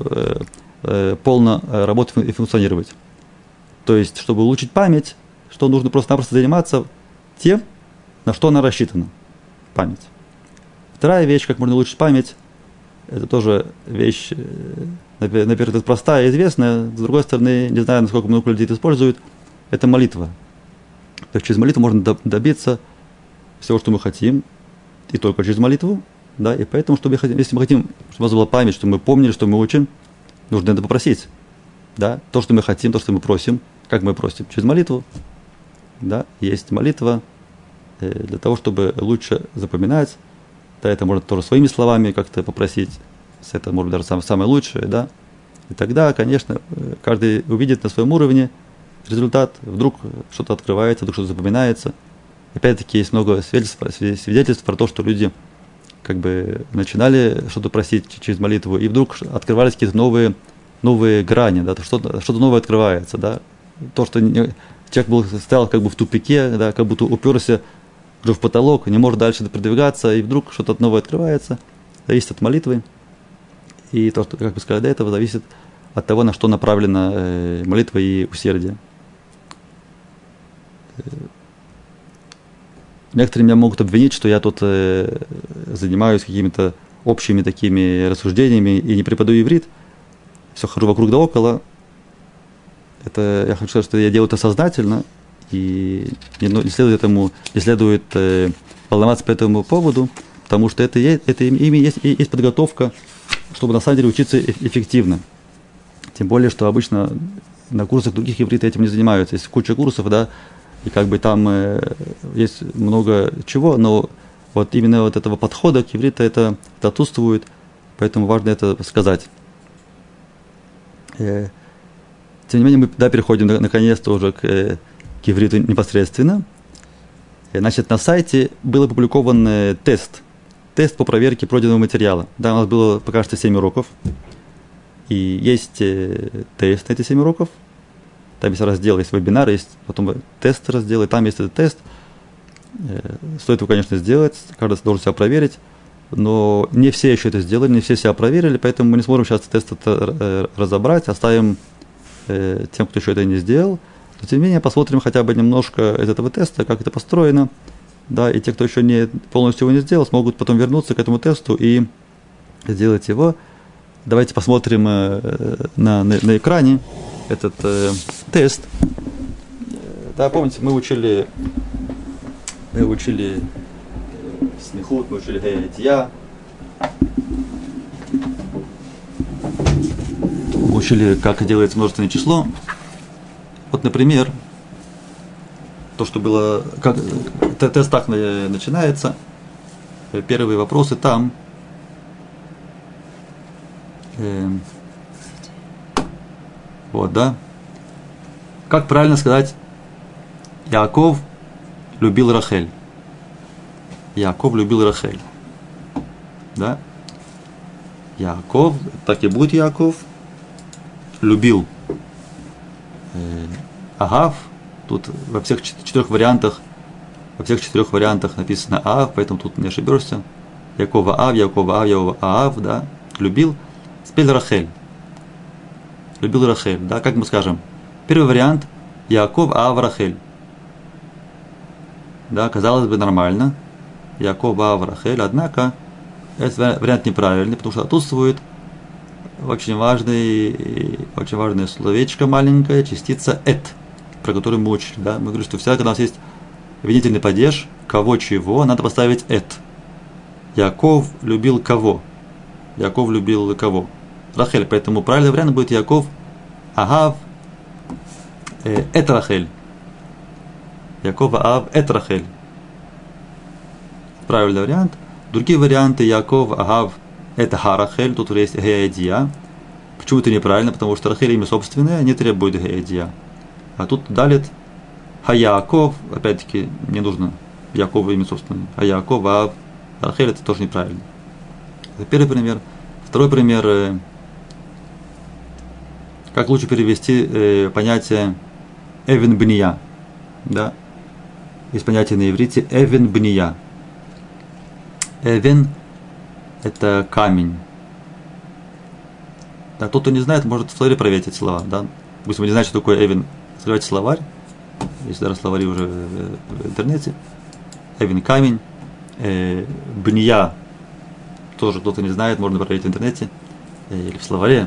полно работать и функционировать. То есть, чтобы улучшить память, что нужно просто-напросто заниматься тем, на что она рассчитана. Память. Вторая вещь, как можно улучшить память, это тоже вещь, на первый взгляд, простая и известная, с другой стороны, не знаю, насколько много людей это используют, это молитва. То есть через молитву можно добиться всего, что мы хотим, и только через молитву, да, и поэтому, если мы хотим, чтобы у нас была память, чтобы мы помнили, что мы учим, нужно это попросить, да, то, что мы хотим, то, что мы просим, как мы просим, через молитву, да, есть молитва, для того, чтобы лучше запоминать, да, это можно тоже своими словами как-то попросить, это может быть даже самое лучшее, да, и тогда, конечно, каждый увидит на своем уровне результат, вдруг что-то открывается, вдруг что-то запоминается. Опять-таки есть много свидетельств про то, что люди как бы начинали что-то просить через молитву, и вдруг открывались какие-то новые грани, да, что-то новое открывается, да, то, что человек стоял как бы в тупике, да, как будто уперся уже в потолок, не может дальше продвигаться, и вдруг что-то новое открывается, зависит от молитвы, и то, что, как бы сказали до этого, зависит от того, на что направлена молитва и усердие. Некоторые меня могут обвинить, что я тут занимаюсь какими-то общими такими рассуждениями и не преподаю иврит, все хожу вокруг да около, это, я хочу сказать, что я делаю это сознательно, и не следует волноваться по этому поводу, потому что это ими есть подготовка, чтобы на самом деле учиться эффективно. Тем более, что обычно на курсах других ивриты этим не занимаются. Есть куча курсов, да, и как бы там есть много чего, но вот именно вот этого подхода к ивриту это отсутствует, поэтому важно это сказать. Тем не менее, мы переходим наконец-то уже к ивриту непосредственно. Значит, на сайте был опубликован тест по проверке пройденного материала. Да, у нас было пока что 7 уроков. И есть тест на эти 7 уроков. Там есть раздел, есть вебинар, есть потом тест раздел, и там есть этот тест. Стоит его, конечно, сделать, каждый должен себя проверить. Но не все еще это сделали, не все себя проверили, поэтому мы не сможем сейчас тест разобрать, оставим тем, кто еще это не сделал. Но тем не менее, посмотрим хотя бы немножко из этого теста, как это построено. Да, и те, кто еще не полностью его не сделал, смогут потом вернуться к этому тесту и сделать его. Давайте посмотрим на экране этот тест. Да, помните, мы учили смехут, мы учили геятия, учили, как делается множественное число. Вот, например, то, что было, как тест так начинается. Первые вопросы там. Вот, да. Как правильно сказать, Яаков любил Рахель. Яаков любил Рахель. Да? Яаков, так и будет Яаков, любил. Агав, тут во всех 4 вариантах написано Аав, поэтому тут не ошибешься. Яакова Аав, да, любил. Теперь Рахель. Любил Рахель, да, как мы скажем. Первый вариант Яаков Аав Рахель. Да, казалось бы, нормально. Яаков Аав Рахель, однако этот вариант неправильный, потому что отсутствует очень важное словечко маленькое, частица «эт», про которую мы учили. Да? Мы говорим, что всегда, когда у нас есть обвинительный падеж, кого чего, надо поставить «эт». Яаков любил кого? Яаков любил кого? Рахель. Поэтому правильный вариант будет Яаков Агав эт Рахель. Яаков Агав эт Рахель. Правильный вариант. Другие варианты Яаков Агав это Харахель, тут уже есть Геядия. Почему это неправильно? Потому что Рахель имя собственное, не требует Геядия. А тут далит Хаяаков, опять-таки не нужно Яакова имя собственное. Хаяаков, а Рахель это тоже неправильно. Это первый пример. Второй пример. Как лучше перевести понятие Эвен Бния. Да? Есть понятие на иврите Эвен Бния. Эвен это камень. Да, тот, кто не знает, может в словаре проверить эти слова. Да? Если вы не знаете, что такое Эвен, открывайте словарь. Есть даже словари уже в интернете. Эвен камень. Бния тоже кто-то не знает, можно проверить в интернете или в словаре.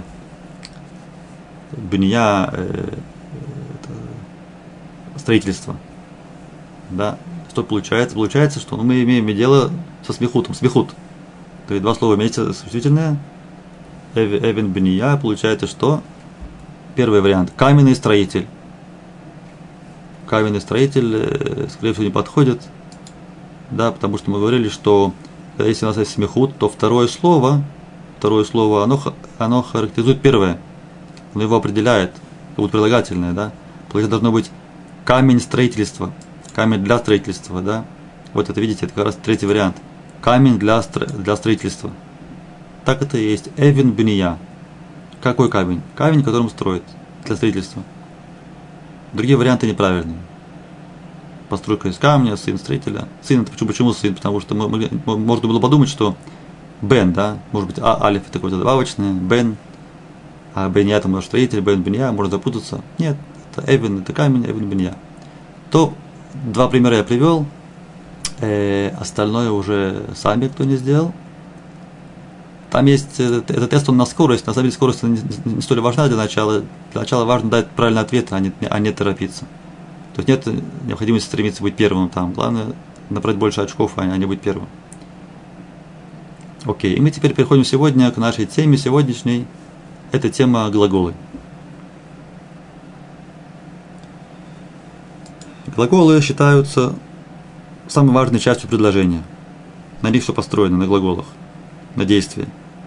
Бния это строительство. Да. Что получается? Получается, что мы имеем дело со смехутом. Смехут. То есть два слова вместе существительное. Эвен Бния. Получается, что первый вариант. Каменный строитель. Каменный строитель, скорее всего, не подходит. Да, потому что мы говорили, что если у нас есть смехут, то второе слово, оно характеризует первое. Оно его определяет. Это будет прилагательное, да. Получается, должно быть камень строительства. Камень для строительства, да. Вот это, видите, это как раз третий вариант. Камень для строительства. Так это и есть. Эвен Бния. Какой камень? Камень, которым строят для строительства. Другие варианты неправильные. Постройка из камня, сын строителя. Сын, это почему сын? Потому что можно было подумать, что Бен, да, может быть, алиф это какое-то добавочное, Бен, а Бения это может строитель, Бен Бения, можно запутаться. Нет, это Эвен, это камень, Эвен Бения. То два примера я привел. Остальное уже сами кто не сделал. Там есть этот тест, он на скорость. На самом деле скорость не столь важна для начала. Для начала важно дать правильный ответ, а не торопиться. То есть нет необходимости стремиться быть первым там. Главное набрать больше очков, а не быть первым. Окей, и мы теперь переходим сегодня к нашей теме сегодняшней. Это тема глаголы. Глаголы считаются самой важной частью предложения. На них все построено, на глаголах, на действии.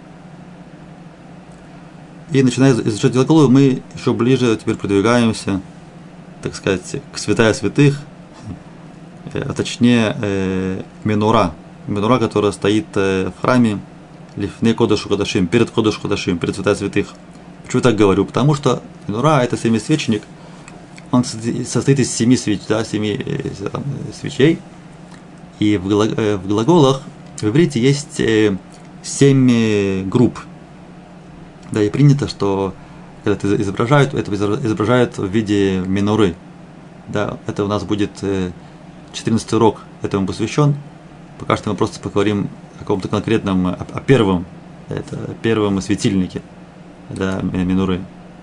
И начиная изучать глаголы, мы еще ближе теперь продвигаемся, так сказать, к святая святых, а точнее менура. Менура, которая стоит в храме, лифней кодешу кодашим, перед кодешу кодашим, перед святая святых. Почему я так говорю? Потому что менура – это семисвечник, он состоит из 7 свеч, да, 7 свечей. И в глаголах в иврите есть 7 групп. Да, и принято, что когда это изображают в виде миноры. Да, это у нас будет 14-й урок этому посвящен. Пока что мы просто поговорим о каком-то конкретном, о первом светильнике, да, миноры.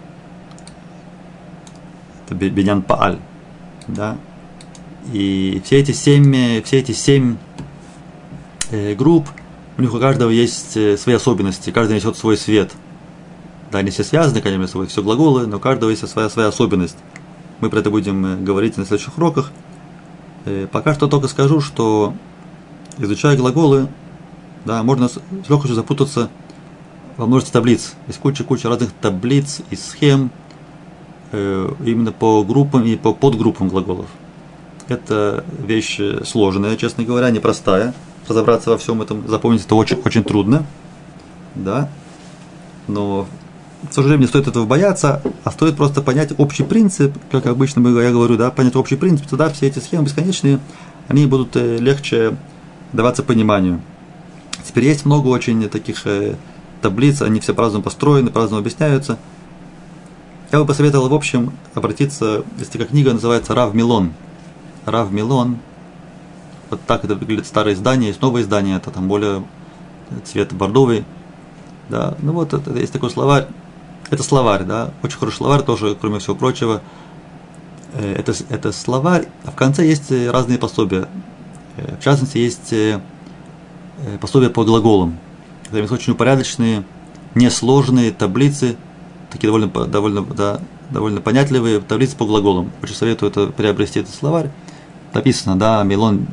Это биньян пааль. Да. И все эти семь групп, у них у каждого есть свои особенности, каждый несет свой свет. Да, они все связаны, конечно, все глаголы, но у каждого есть своя особенность. Мы про это будем говорить на следующих уроках. Пока что только скажу, что изучая глаголы, да, можно с легкостью запутаться во множестве таблиц. Есть куча разных таблиц и схем именно по группам и по подгруппам глаголов. Это вещь сложная, честно говоря, непростая. Разобраться во всем этом, запомнить это очень, очень трудно. Да. Но, к сожалению, не стоит этого бояться, а стоит просто понять общий принцип, как обычно я говорю, да, понять общий принцип, тогда все эти схемы бесконечные, они будут легче даваться пониманию. Теперь есть много очень таких таблиц, они все по-разному построены, по-разному объясняются. Я бы посоветовал, в общем, обратиться, есть такая книга, называется «Рав Милон». Рав Милон, вот так это выглядит старое издание, есть новое издание, это там более цвет бордовый. Да, ну вот это есть такой словарь, это словарь, да, очень хороший словарь тоже, кроме всего прочего. Это словарь, а в конце есть разные пособия. В частности, есть пособия по глаголам. Это есть очень упорядоченные, несложные таблицы, такие довольно понятливые таблицы по глаголам. Очень советую это приобрести, этот словарь. Написано, да, Милон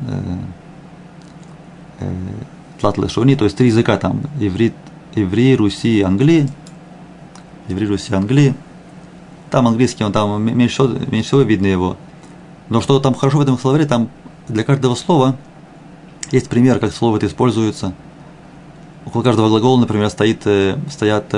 Тлат Лешони, то есть 3 языка там, иври, руси, англи. Иври, руси, англи. Там английский, он там меньше всего видно его. Но что там хорошо в этом словаре, там для каждого слова есть пример, как слово это используется. Около каждого глагола, например, стоят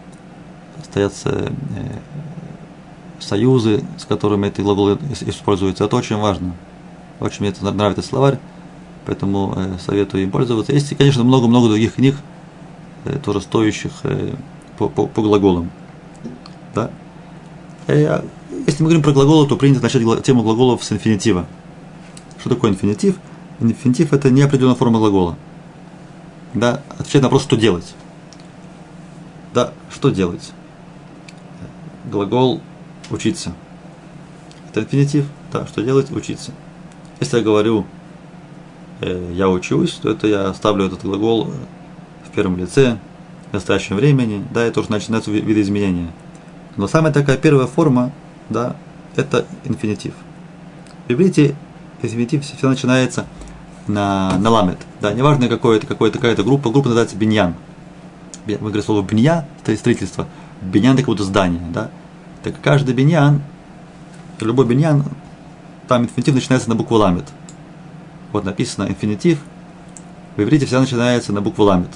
союзы, с которыми эти глаголы используются. Это очень важно. Очень мне это нравится словарь, поэтому советую им пользоваться. Есть, конечно, много-много других книг, тоже стоящих по глаголам. Да? Если мы говорим про глаголы, то принято начать тему глаголов с инфинитива. Что такое инфинитив? Инфинитив – это неопределенная форма глагола. Да? Отвечает на вопрос, что делать. Да, что делать? Глагол «учиться». Это инфинитив. Да, что делать? Учиться. Если я говорю «я учусь», то это я ставлю этот глагол в первом лице, в настоящем времени, да, это уже начинается видоизменение. Но самая такая первая форма, да, это инфинитив. В иврите инфинитив всегда начинается на ламет. Да, неважно какая-то группа называется биньян. Мы говорим слово бинья, это строительство. Биньян это как будто здание, да. Так каждый биньян, любой биньян, там инфинитив начинается на букву ламет. Вот написано инфинитив, в иврите всегда начинается на букву ламет.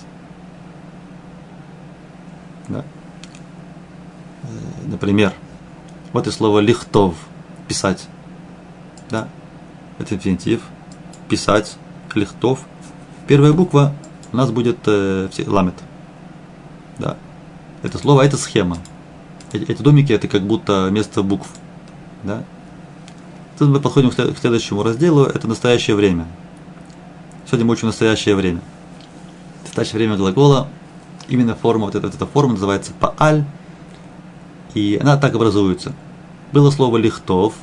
Да. Например, вот и слово лихтов, писать. Да. Это инфинитив, писать, лихтов. Первая буква у нас будет ламет. Да. Это слово, это схема. Эти домики это как будто вместо букв. Да. Тут мы подходим к следующему разделу, это настоящее время. Сегодня мы учим настоящее время. Настоящее время глагола Именно форма, вот эта форма называется пааль, и она так образуется. Было слово лихтов,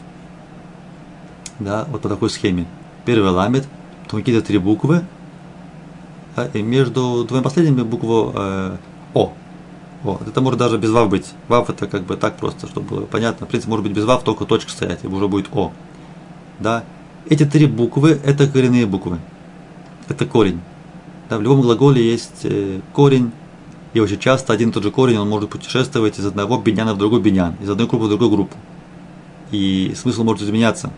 да, вот по такой схеме. Первый ламет, потом какие-то три буквы, да, и между двумя последними буква О. Вот. Это может даже без вав быть. Вав это как бы так просто, чтобы было понятно. В принципе, может быть без вав, только точка стоять, и уже будет О. Да. Эти три буквы это коренные буквы. Это корень. Да, в любом глаголе есть корень, и очень часто один и тот же корень, он может путешествовать из одного биньяна в другой биньян, из одной группы в другую группу. И смысл может изменяться.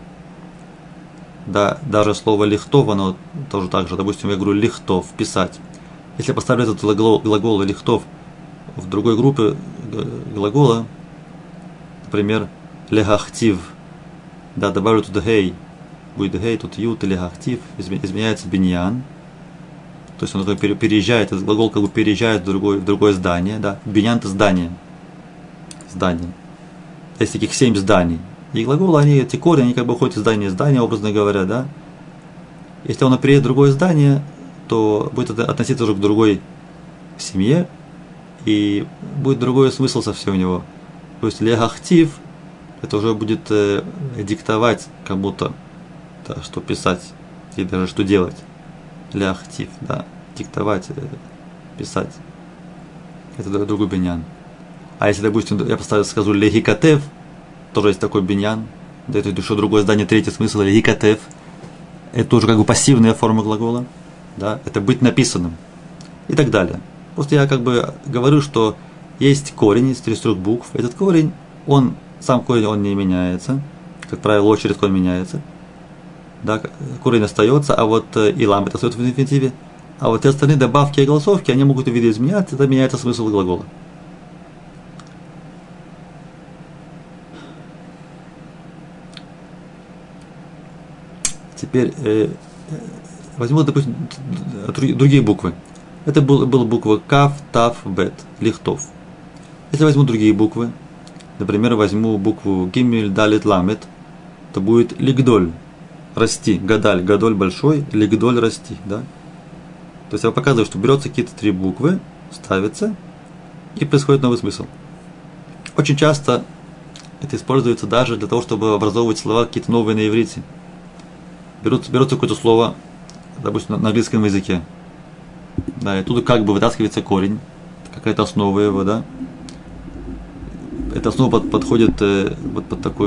Да, даже слово лихтов, оно тоже так же. Допустим, я говорю лихтов, писать. Если я поставлю этот глагол лихтов в другой группе глагола, например, лехахтив, да, добавлю туда хей, будет хей, тут ют, лехахтив, изменяется биньян. То есть он переезжает, этот глагол как бы переезжает в другое здание, да. Биньян это здание. Здание. Есть таких 7 зданий. И глаголы, эти корни, они как бы ходят из здания в здание, образно говоря, да. Если он приедет в другое здание, то будет это относиться уже к другой семье, и будет другой смысл совсем у него. То есть лехахтив, это уже будет диктовать кому-то, да, что писать, и даже что делать. Лехахтив, да, диктовать, писать. Это другой биньян. А если, допустим, я скажу лехикатев, тоже есть такой биньян, да, это еще другое здание, третий смысл, лехикатев. Это тоже как бы пассивная форма глагола, да, это быть написанным и так далее. Просто я как бы говорю, что есть корень из 3 букв. Этот корень, сам корень, он не меняется. Как правило, очередь корень меняется. Да, корень остается, а вот и ламбет остается в инфинитиве. А вот все остальные добавки и голосовки, они могут видоизменяться, это меняется смысл глагола. Теперь возьму, допустим, другие буквы. Это была буква Кав, Тав, Бет, лихтов. Если возьму другие буквы, например, возьму букву Гимель, Далит, Ламет, то будет лигдоль, расти, гадаль, гадоль большой, лигдоль, расти, да? То есть я показываю, что берется какие-то 3 буквы, ставятся, и происходит новый смысл. Очень часто это используется даже для того, чтобы образовывать слова какие-то новые на иврите. Берется какое-то слово, допустим, на английском языке, да, и оттуда как бы вытаскивается корень, какая-то основа его, да. Эта основа подходит вот под такое,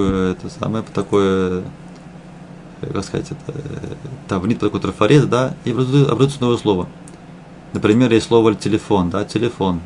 как сказать, тавнит, под такой трафарет, да, и образуется новое слово. Например, есть слово телефон, да, телефон.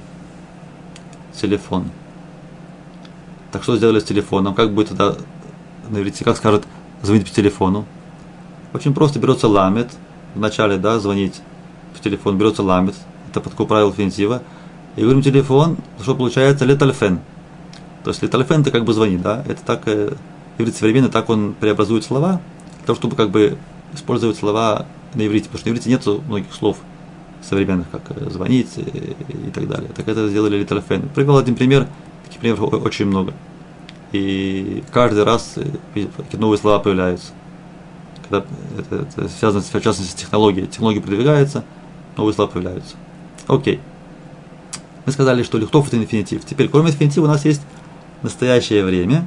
Так что сделали с телефоном? Как будет тогда на иврите, как скажет звонить по телефону? Очень просто, берется ламет, в начале, да, звонить по телефону, берется ламет, это по такому правилу инфинитива, и говорим телефон, что получается летальфен. То есть летальфен это как бы звонит, да, это так, иврит современный, так он преобразует слова, для того, чтобы как бы использовать слова на иврите, потому что на иврите нету многих слов современных, как звонить и так далее. Так это сделали летальфен. Привел один пример, таких примеров очень много. И каждый раз какие-то новые слова появляются. Когда это связано, в частности, с технологией. Технология продвигается, новые слова появляются. Окей. Мы сказали, что лихтов это инфинитив. Теперь, кроме инфинитива, у нас есть настоящее время.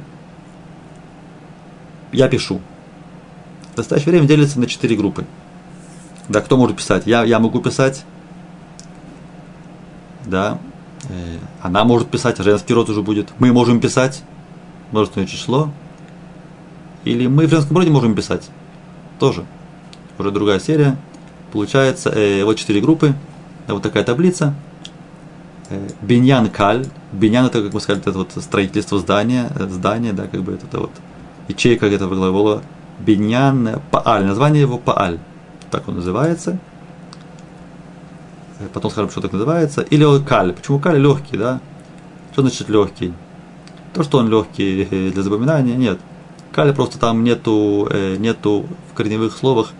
Я пишу. Настоящее время делится на 4 группы. Да, кто может писать? Я могу писать. Да. Она может писать, женский род уже будет. Мы можем писать. Множественное число. Или мы в женском роде можем писать. Тоже. Уже другая серия. Получается, вот 4 группы. Вот такая таблица. Биньян каль. Биньян это, как мы сказали, это вот строительство здания, да, как бы это вот ячейка этого глагола. Биньян пааль. Название его пааль. Так он называется. Потом скажем, что так называется. Или каль. Почему каль? Легкий, да? Что значит легкий? То, что он легкий для запоминания, нет. Каль просто там нету в корневых словах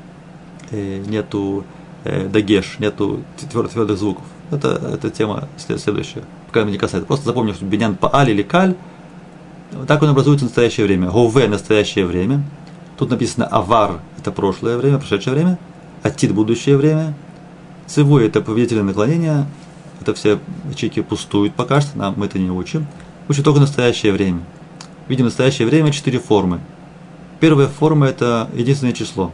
нету дагеш, нету твердых звуков. Это тема следующая. Пока меня не касается. Просто запомню, что биньян пааль или каль. Так он образуется в настоящее время. Гове настоящее время. Тут написано авар это прошлое время, прошедшее время. Атид будущее время. Цивой это повелительное наклонение. Это все ячейки пустуют пока что, мы это не учим. Учим только настоящее время. Видим настоящее время 4 формы. Первая форма – это единственное число.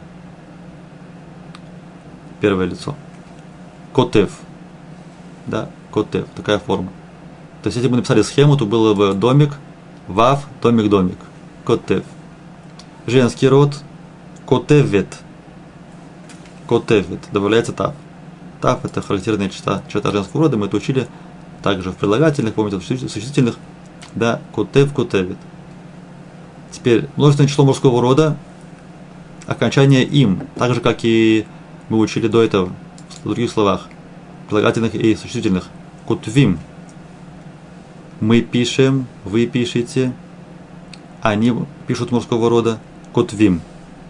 Первое лицо. Котев. Да, котев. Такая форма. То есть, если бы мы написали схему, то было бы домик, вав, домик, домик. Котев. Женский род – котевет. Котевет. Добавляется тав. Тав – это характерная черта женского рода. Мы это учили также в прилагательных, помните, в существительных. Да, котев, котевет. Теперь множественное число мужского рода, окончание им, так же, как и мы учили до этого, в других словах, прилагательных и существительных. Котвим. Мы пишем, вы пишете, они пишут мужского рода. Котвим.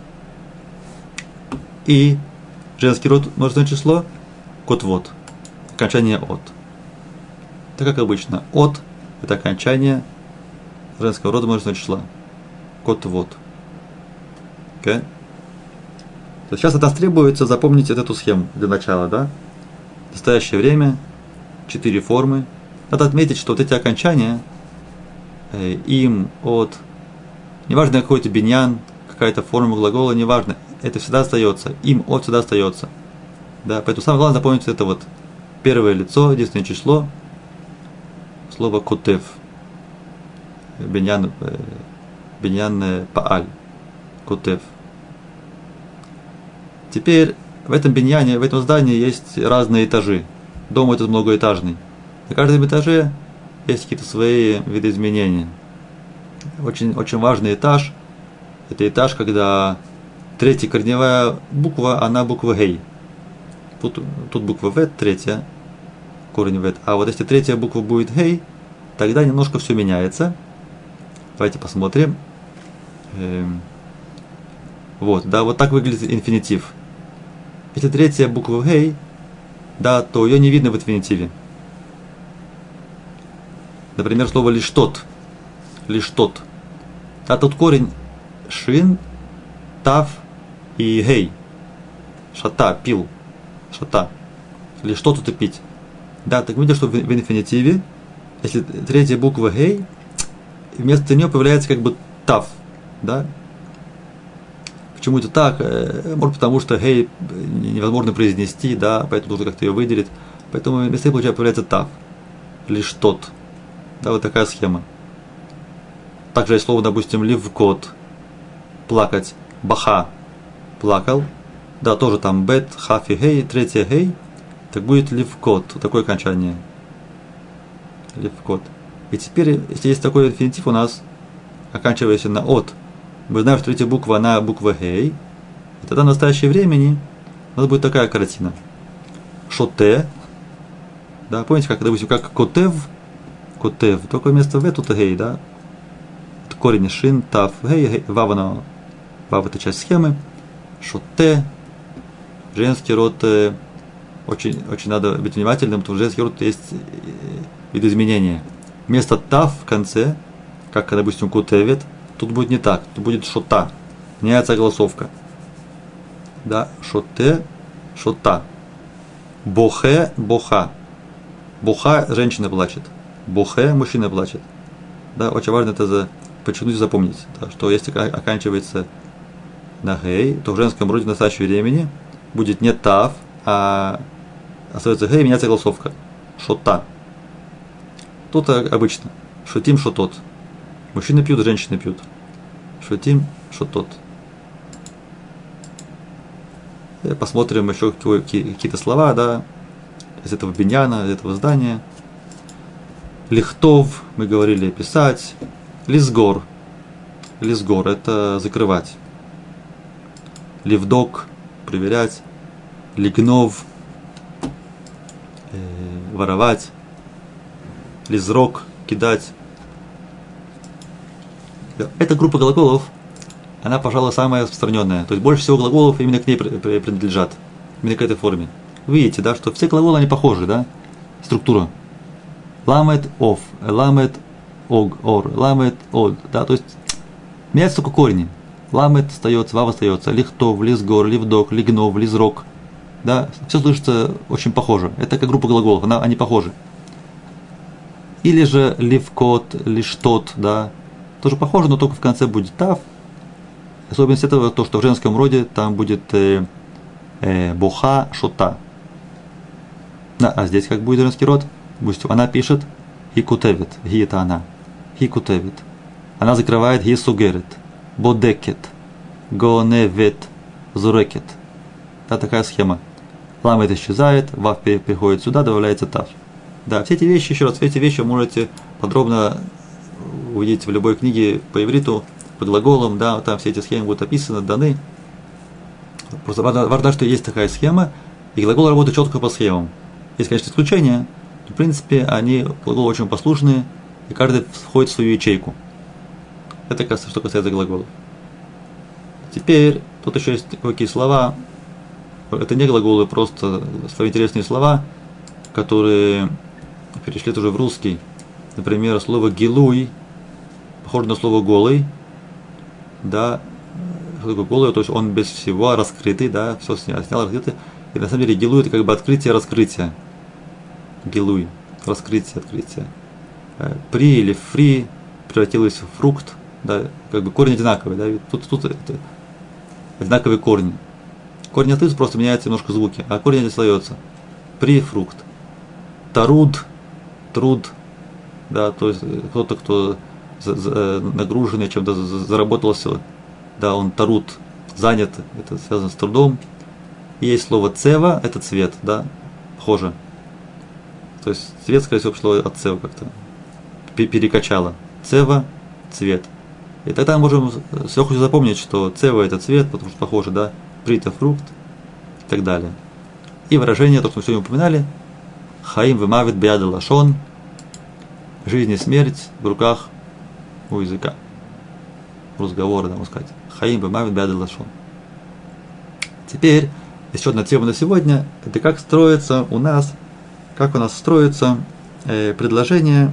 И женский род, множественное число, котвот. Окончание от. Так как обычно, от – это окончание женского рода множественного числа. Котвот. Okay. То есть сейчас от нас требуется запомнить эту схему для начала, да? В настоящее время 4 формы. Надо отметить, что вот эти окончания им, от, неважно какой-то биньян, какая-то форма глагола, неважно, это всегда остается. Им, от всегда остается. Да, поэтому самое главное запомнить это вот первое лицо, единственное число, слово котев. Биньян пааль. Котев. Теперь в этом биньяне, в этом здании есть разные этажи. Дом этот многоэтажный. На каждом этаже есть какие-то свои видоизменения. Очень, очень важный этаж. Это этаж, когда третья корневая буква, она буква Гей. Тут буква В, третья, корень В. А вот если третья буква будет Гей, тогда немножко все меняется. Давайте посмотрим. Вот, да, вот так выглядит инфинитив. Если третья буква Гей, да, то ее не видно в инфинитиве. Например, слово лишь тот. Лишь тот. А тут корень шин, тав и гей. Шата, пил. Шата. Лишь что тут и пить. Да, так видишь, что в инфинитиве, если третья буква гей, вместо нее появляется как бы тав. Да? Почему это так? Может, потому что гей невозможно произнести, да, поэтому нужно как-то ее выделить. Поэтому вместо нее появляется тав. Лишь тот. Да, вот такая схема. Также есть слово, допустим, ливкот. Плакать. Баха. Плакал. Да, тоже там бет, хафи, гей, третья гей. Так будет ливкот. Такое окончание. Ливкот. И теперь, если есть такой инфинитив у нас, оканчивающийся на от, мы знаем, что третья буква, она буква гей. И тогда в настоящее времени у нас будет такая картина. Шоте. Да, помните, как, допустим, как котев. Котев. Только вместо в тут гей, да. Это корень шин, тав, гей, вав, вав это часть схемы. Шоте. Женский род. Очень, очень надо быть внимательным, потому что женский род есть видоизменения. Вместо тав в конце, как, допустим, котевет, тут будет не так. Тут будет шота. Меняется голосовка. Да, шоте, шота. Бохе, боха. Боха, женщина плачет. Бохе, мужчина плачет. Да, очень важно это подчеркнуть и запомнить, да, что если оканчивается на гей, то в женском роде в настоящее времени будет не тав, а остается гей, меняется голосовка. Шота. Тут обычно. Шутим, шотот. Мужчины пьют, женщины пьют. Шутим, шотот. И посмотрим еще какие-то слова, да, из этого биньяна, из этого здания. Лихтов, мы говорили, писать. Лизгор. Лизгор – это закрывать. Ливдок – проверять. Лигнов – воровать. Лизрок – кидать. Эта группа глаголов, она, пожалуй, самая распространенная. То есть больше всего глаголов именно к ней принадлежат. Именно к этой форме. Вы видите, да, что все глаголы, они похожи, да? Структура. Ламет оф, ламет ог, ор, ламет од. Да, то есть меняется только корни. Ламет остается, вав остается. Лихтов, лизгор, ливдок, лигнов, лизрок. Да, все слышится очень похоже. Это как группа глаголов, они похожи. Или же ливкот, лиштот, да, тоже похоже, но только в конце будет тав. Особенность этого то, что в женском роде там будет буха, шота. Да, а здесь как будет женский род? Допустим, она пишет хикутевит, ги это она, хикутевит. Она закрывает ги сугерет, бодекет, гоневет, зурекет. Да, такая схема. Ламет исчезает, вав переходит сюда, добавляется тав. Да, все эти вещи, еще раз, все эти вещи вы можете подробно увидеть в любой книге по ивриту, под глаголом, да, там все эти схемы будут описаны, даны. Просто важно, что есть такая схема, и глагол работает четко по схемам. Есть, конечно, исключения, но, в принципе, глаголы очень послушные, и каждый входит в свою ячейку. Это, что касается глаголов. Теперь, тут еще есть какие слова, это не глаголы, просто свои интересные слова, которые перешли тоже в русский. Например, слово «гилуй» похоже на слово «голый». Да, что такое голый, то есть он без всего раскрытый, да, все снял, раскрытый. И на самом деле «гилуй» это как бы открытие. «Гилуй», раскрытие, открытие. «При» или «фри» превратилось в фрукт, да, как бы корень одинаковый, да, тут это одинаковые корни. Корень остается, просто меняются немножко звуки, а корень остается. «При» фрукт. Таруд, труд, да, то есть кто-то, кто нагруженный чем-то, заработался, да, он таруд, занят, это связано с трудом. И есть слово цева, это цвет, да, похоже. То есть цвет, скорее всего, пришло от цева как-то, перекачало. Цева, цвет. И тогда мы можем сверху запомнить, что цева это цвет, потому что похоже, да, прита фрукт и так далее. И выражение, то, что мы сегодня упоминали, хаим вемавит биад лашон, жизнь и смерть в руках у языка. Разговора, да, можно сказать. Хаим вемавит биад лашон. Теперь еще одна тема на сегодня, это как строится у нас предложения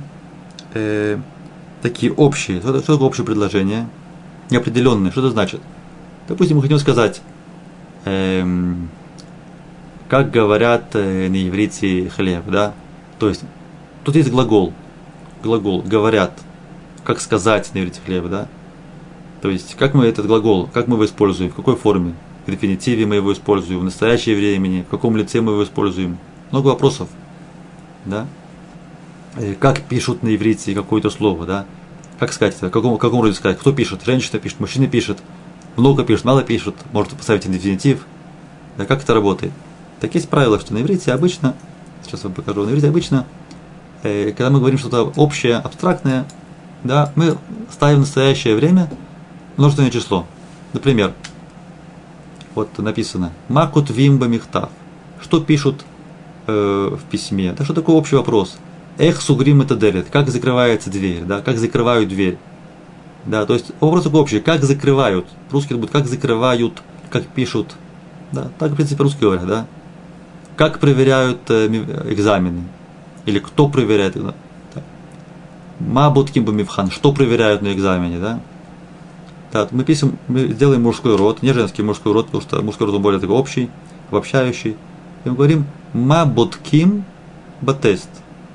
такие общие. Что такое общее предложение? Неопределенные. Что это значит? Допустим, мы хотим сказать, как говорят на иврите хлеб, да? То есть, тут есть глагол, говорят, как сказать на иврите хлеб, да? То есть, как мы этот глагол, как мы его используем, в какой форме? В инфинитиве мы его используем, в настоящее времени, в каком лице мы его используем. Много вопросов, да? Как пишут на иврите какое-то слово, да? Как сказать это, в каком роде сказать? Кто пишет? Женщина пишет, мужчина пишет, много пишет, мало пишет, может поставить инфинитив. Да, как это работает? Так есть правило, что на иврите обычно, сейчас вам покажу, на иврите обычно, когда мы говорим что-то общее, абстрактное, да, мы ставим в настоящее время множественное число. Например, вот написано «Макут вимба михтав». Что пишут в письме? Да, что такое общий вопрос? «Эх сугрим это делит». Как закрывается дверь? Да, как закрывают дверь? Да, то есть вопрос такой общий. Как закрывают? По-русски это будет «как закрывают», как пишут. Да, так, в принципе, русские говорят, да. Как проверяют экзамены? Или кто проверяет? Да. Мабутким бамивхан. Что проверяют на экзамене, да? Да, мы делаем мужской род, не женский мужской род, потому что мужской род он более такой общий, обобщающий. И мы говорим мабутким батест.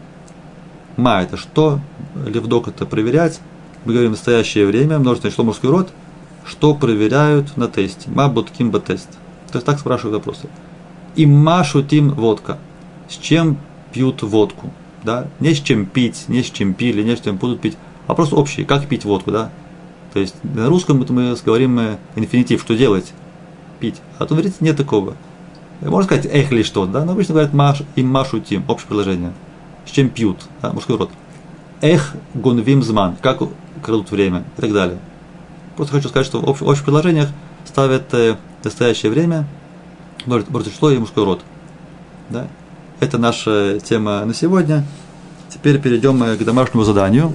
Ма это что? Левдок это проверять. Мы говорим в настоящее время, множественное число мужской род, что проверяют на тесте. Мабутким батест. То есть так спрашивают вопросы. И машутим водка. С чем пьют водку? Да? Не с чем пить, не с чем пили, не с чем будут пить. А просто общий. Как пить водку, да? То есть на русском мы говорим инфинитив, что делать? Пить. А тут, говорите, нет такого. Можно сказать эх ли что, да? Но обычно говорят им машутим, общее предложение. С чем пьют, да? Мужской род. Эх гунвим зман. Как крадут время и так далее. Просто хочу сказать, что в общих предложениях ставят настоящее время, множественное число и мужской род. Да? Это наша тема на сегодня. Теперь перейдем к домашнему заданию.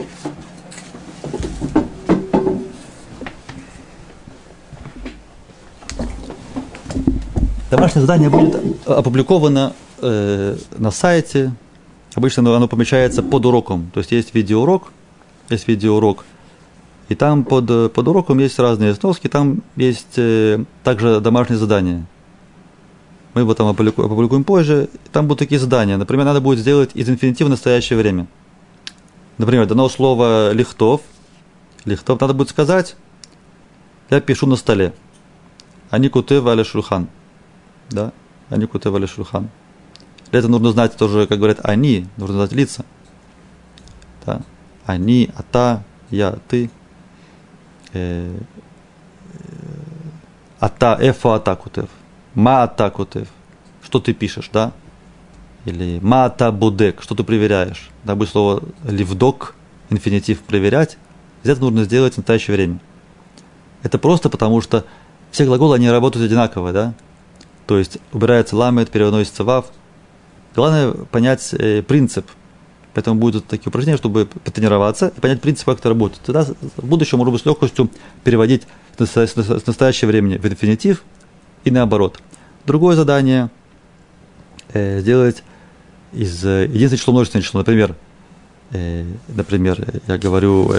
Домашнее задание будет опубликовано на сайте. Обычно оно помещается под уроком. То есть есть видеоурок, и там под уроком есть разные сноски, там есть также домашнее задание. Мы его там опубликуем позже. Там будут такие задания. Например, надо будет сделать из инфинитива в настоящее время. Например, дано слово лихтов. Лихтов надо будет сказать: я пишу на столе. Они кутев аля шульхан. Да? Они кутев аля шульхан. Для этого нужно знать тоже, как говорят, они, нужно знать лица. Да? Они, ата, я, ты. Ата, эфа, ата кутев. Ма ата кутев. Что ты пишешь, да? Или ма ата будек, что ты проверяешь. Да, будет слово ливдок, инфинитив проверять. Здесь это нужно сделать в настоящее время. Это просто потому, что все глаголы, они работают одинаково, да? То есть убирается ламет, переносится вав. Главное понять принцип. Поэтому будут такие упражнения, чтобы потренироваться и понять принцип, как это работает. Тогда в будущем можно будет с легкостью переводить с настоящего времени в инфинитив и наоборот. Другое задание сделать из единственного числа множественное число. Например, я говорю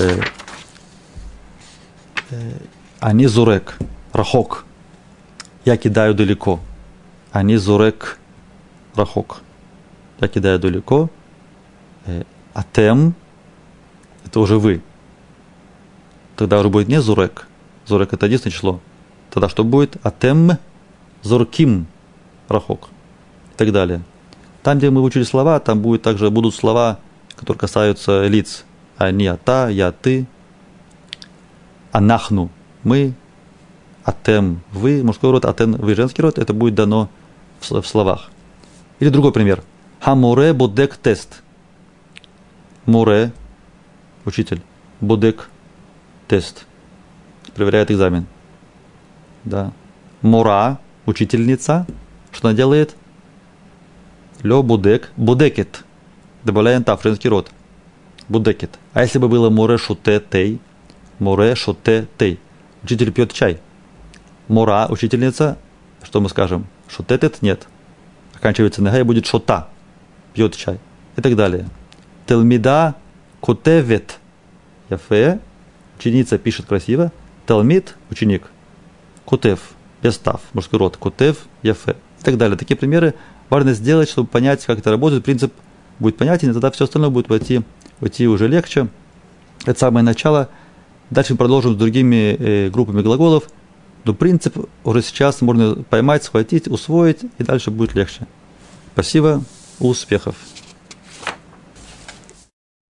они зурек, рахок. Я кидаю далеко. Они зурек, рахок. Я кидаю далеко. Атем, это уже вы. Тогда уже будет не зурек. Зурек это единственное число. Тогда что будет? Атем, зурким, рахок. И так далее. Там, где мы учили слова, там будут слова, которые касаются лиц. Они, ата, я, ты. Анахну, мы. Атем, вы. Мужской род, атен, вы. Женский род. Это будет дано в словах. Или другой пример. Хамуре бодек тест. Муре, учитель. Бодек тест. Проверяет экзамен. Да. Мура, учительница. Что она делает? Лё будек. Будекет. Добавляем тав, женский род. Будекет. А если бы было море шуте тей? Море шуте тей. Учитель пьет чай. Мора, учительница. Что мы скажем? Шутетет? Нет. Оканчивается на г, будет шота. Пьет чай. И так далее. Телмида котевет. Яфе. Ученица пишет красиво. Талмид, ученик. Котев. Без тав. Мужской род. Котев, яфе. И так далее. Такие примеры важно сделать, чтобы понять, как это работает. Принцип будет понятен, и тогда все остальное будет войти уже легче. Это самое начало. Дальше мы продолжим с другими группами глаголов. Но принцип уже сейчас можно поймать, схватить, усвоить, и дальше будет легче. Спасибо, успехов!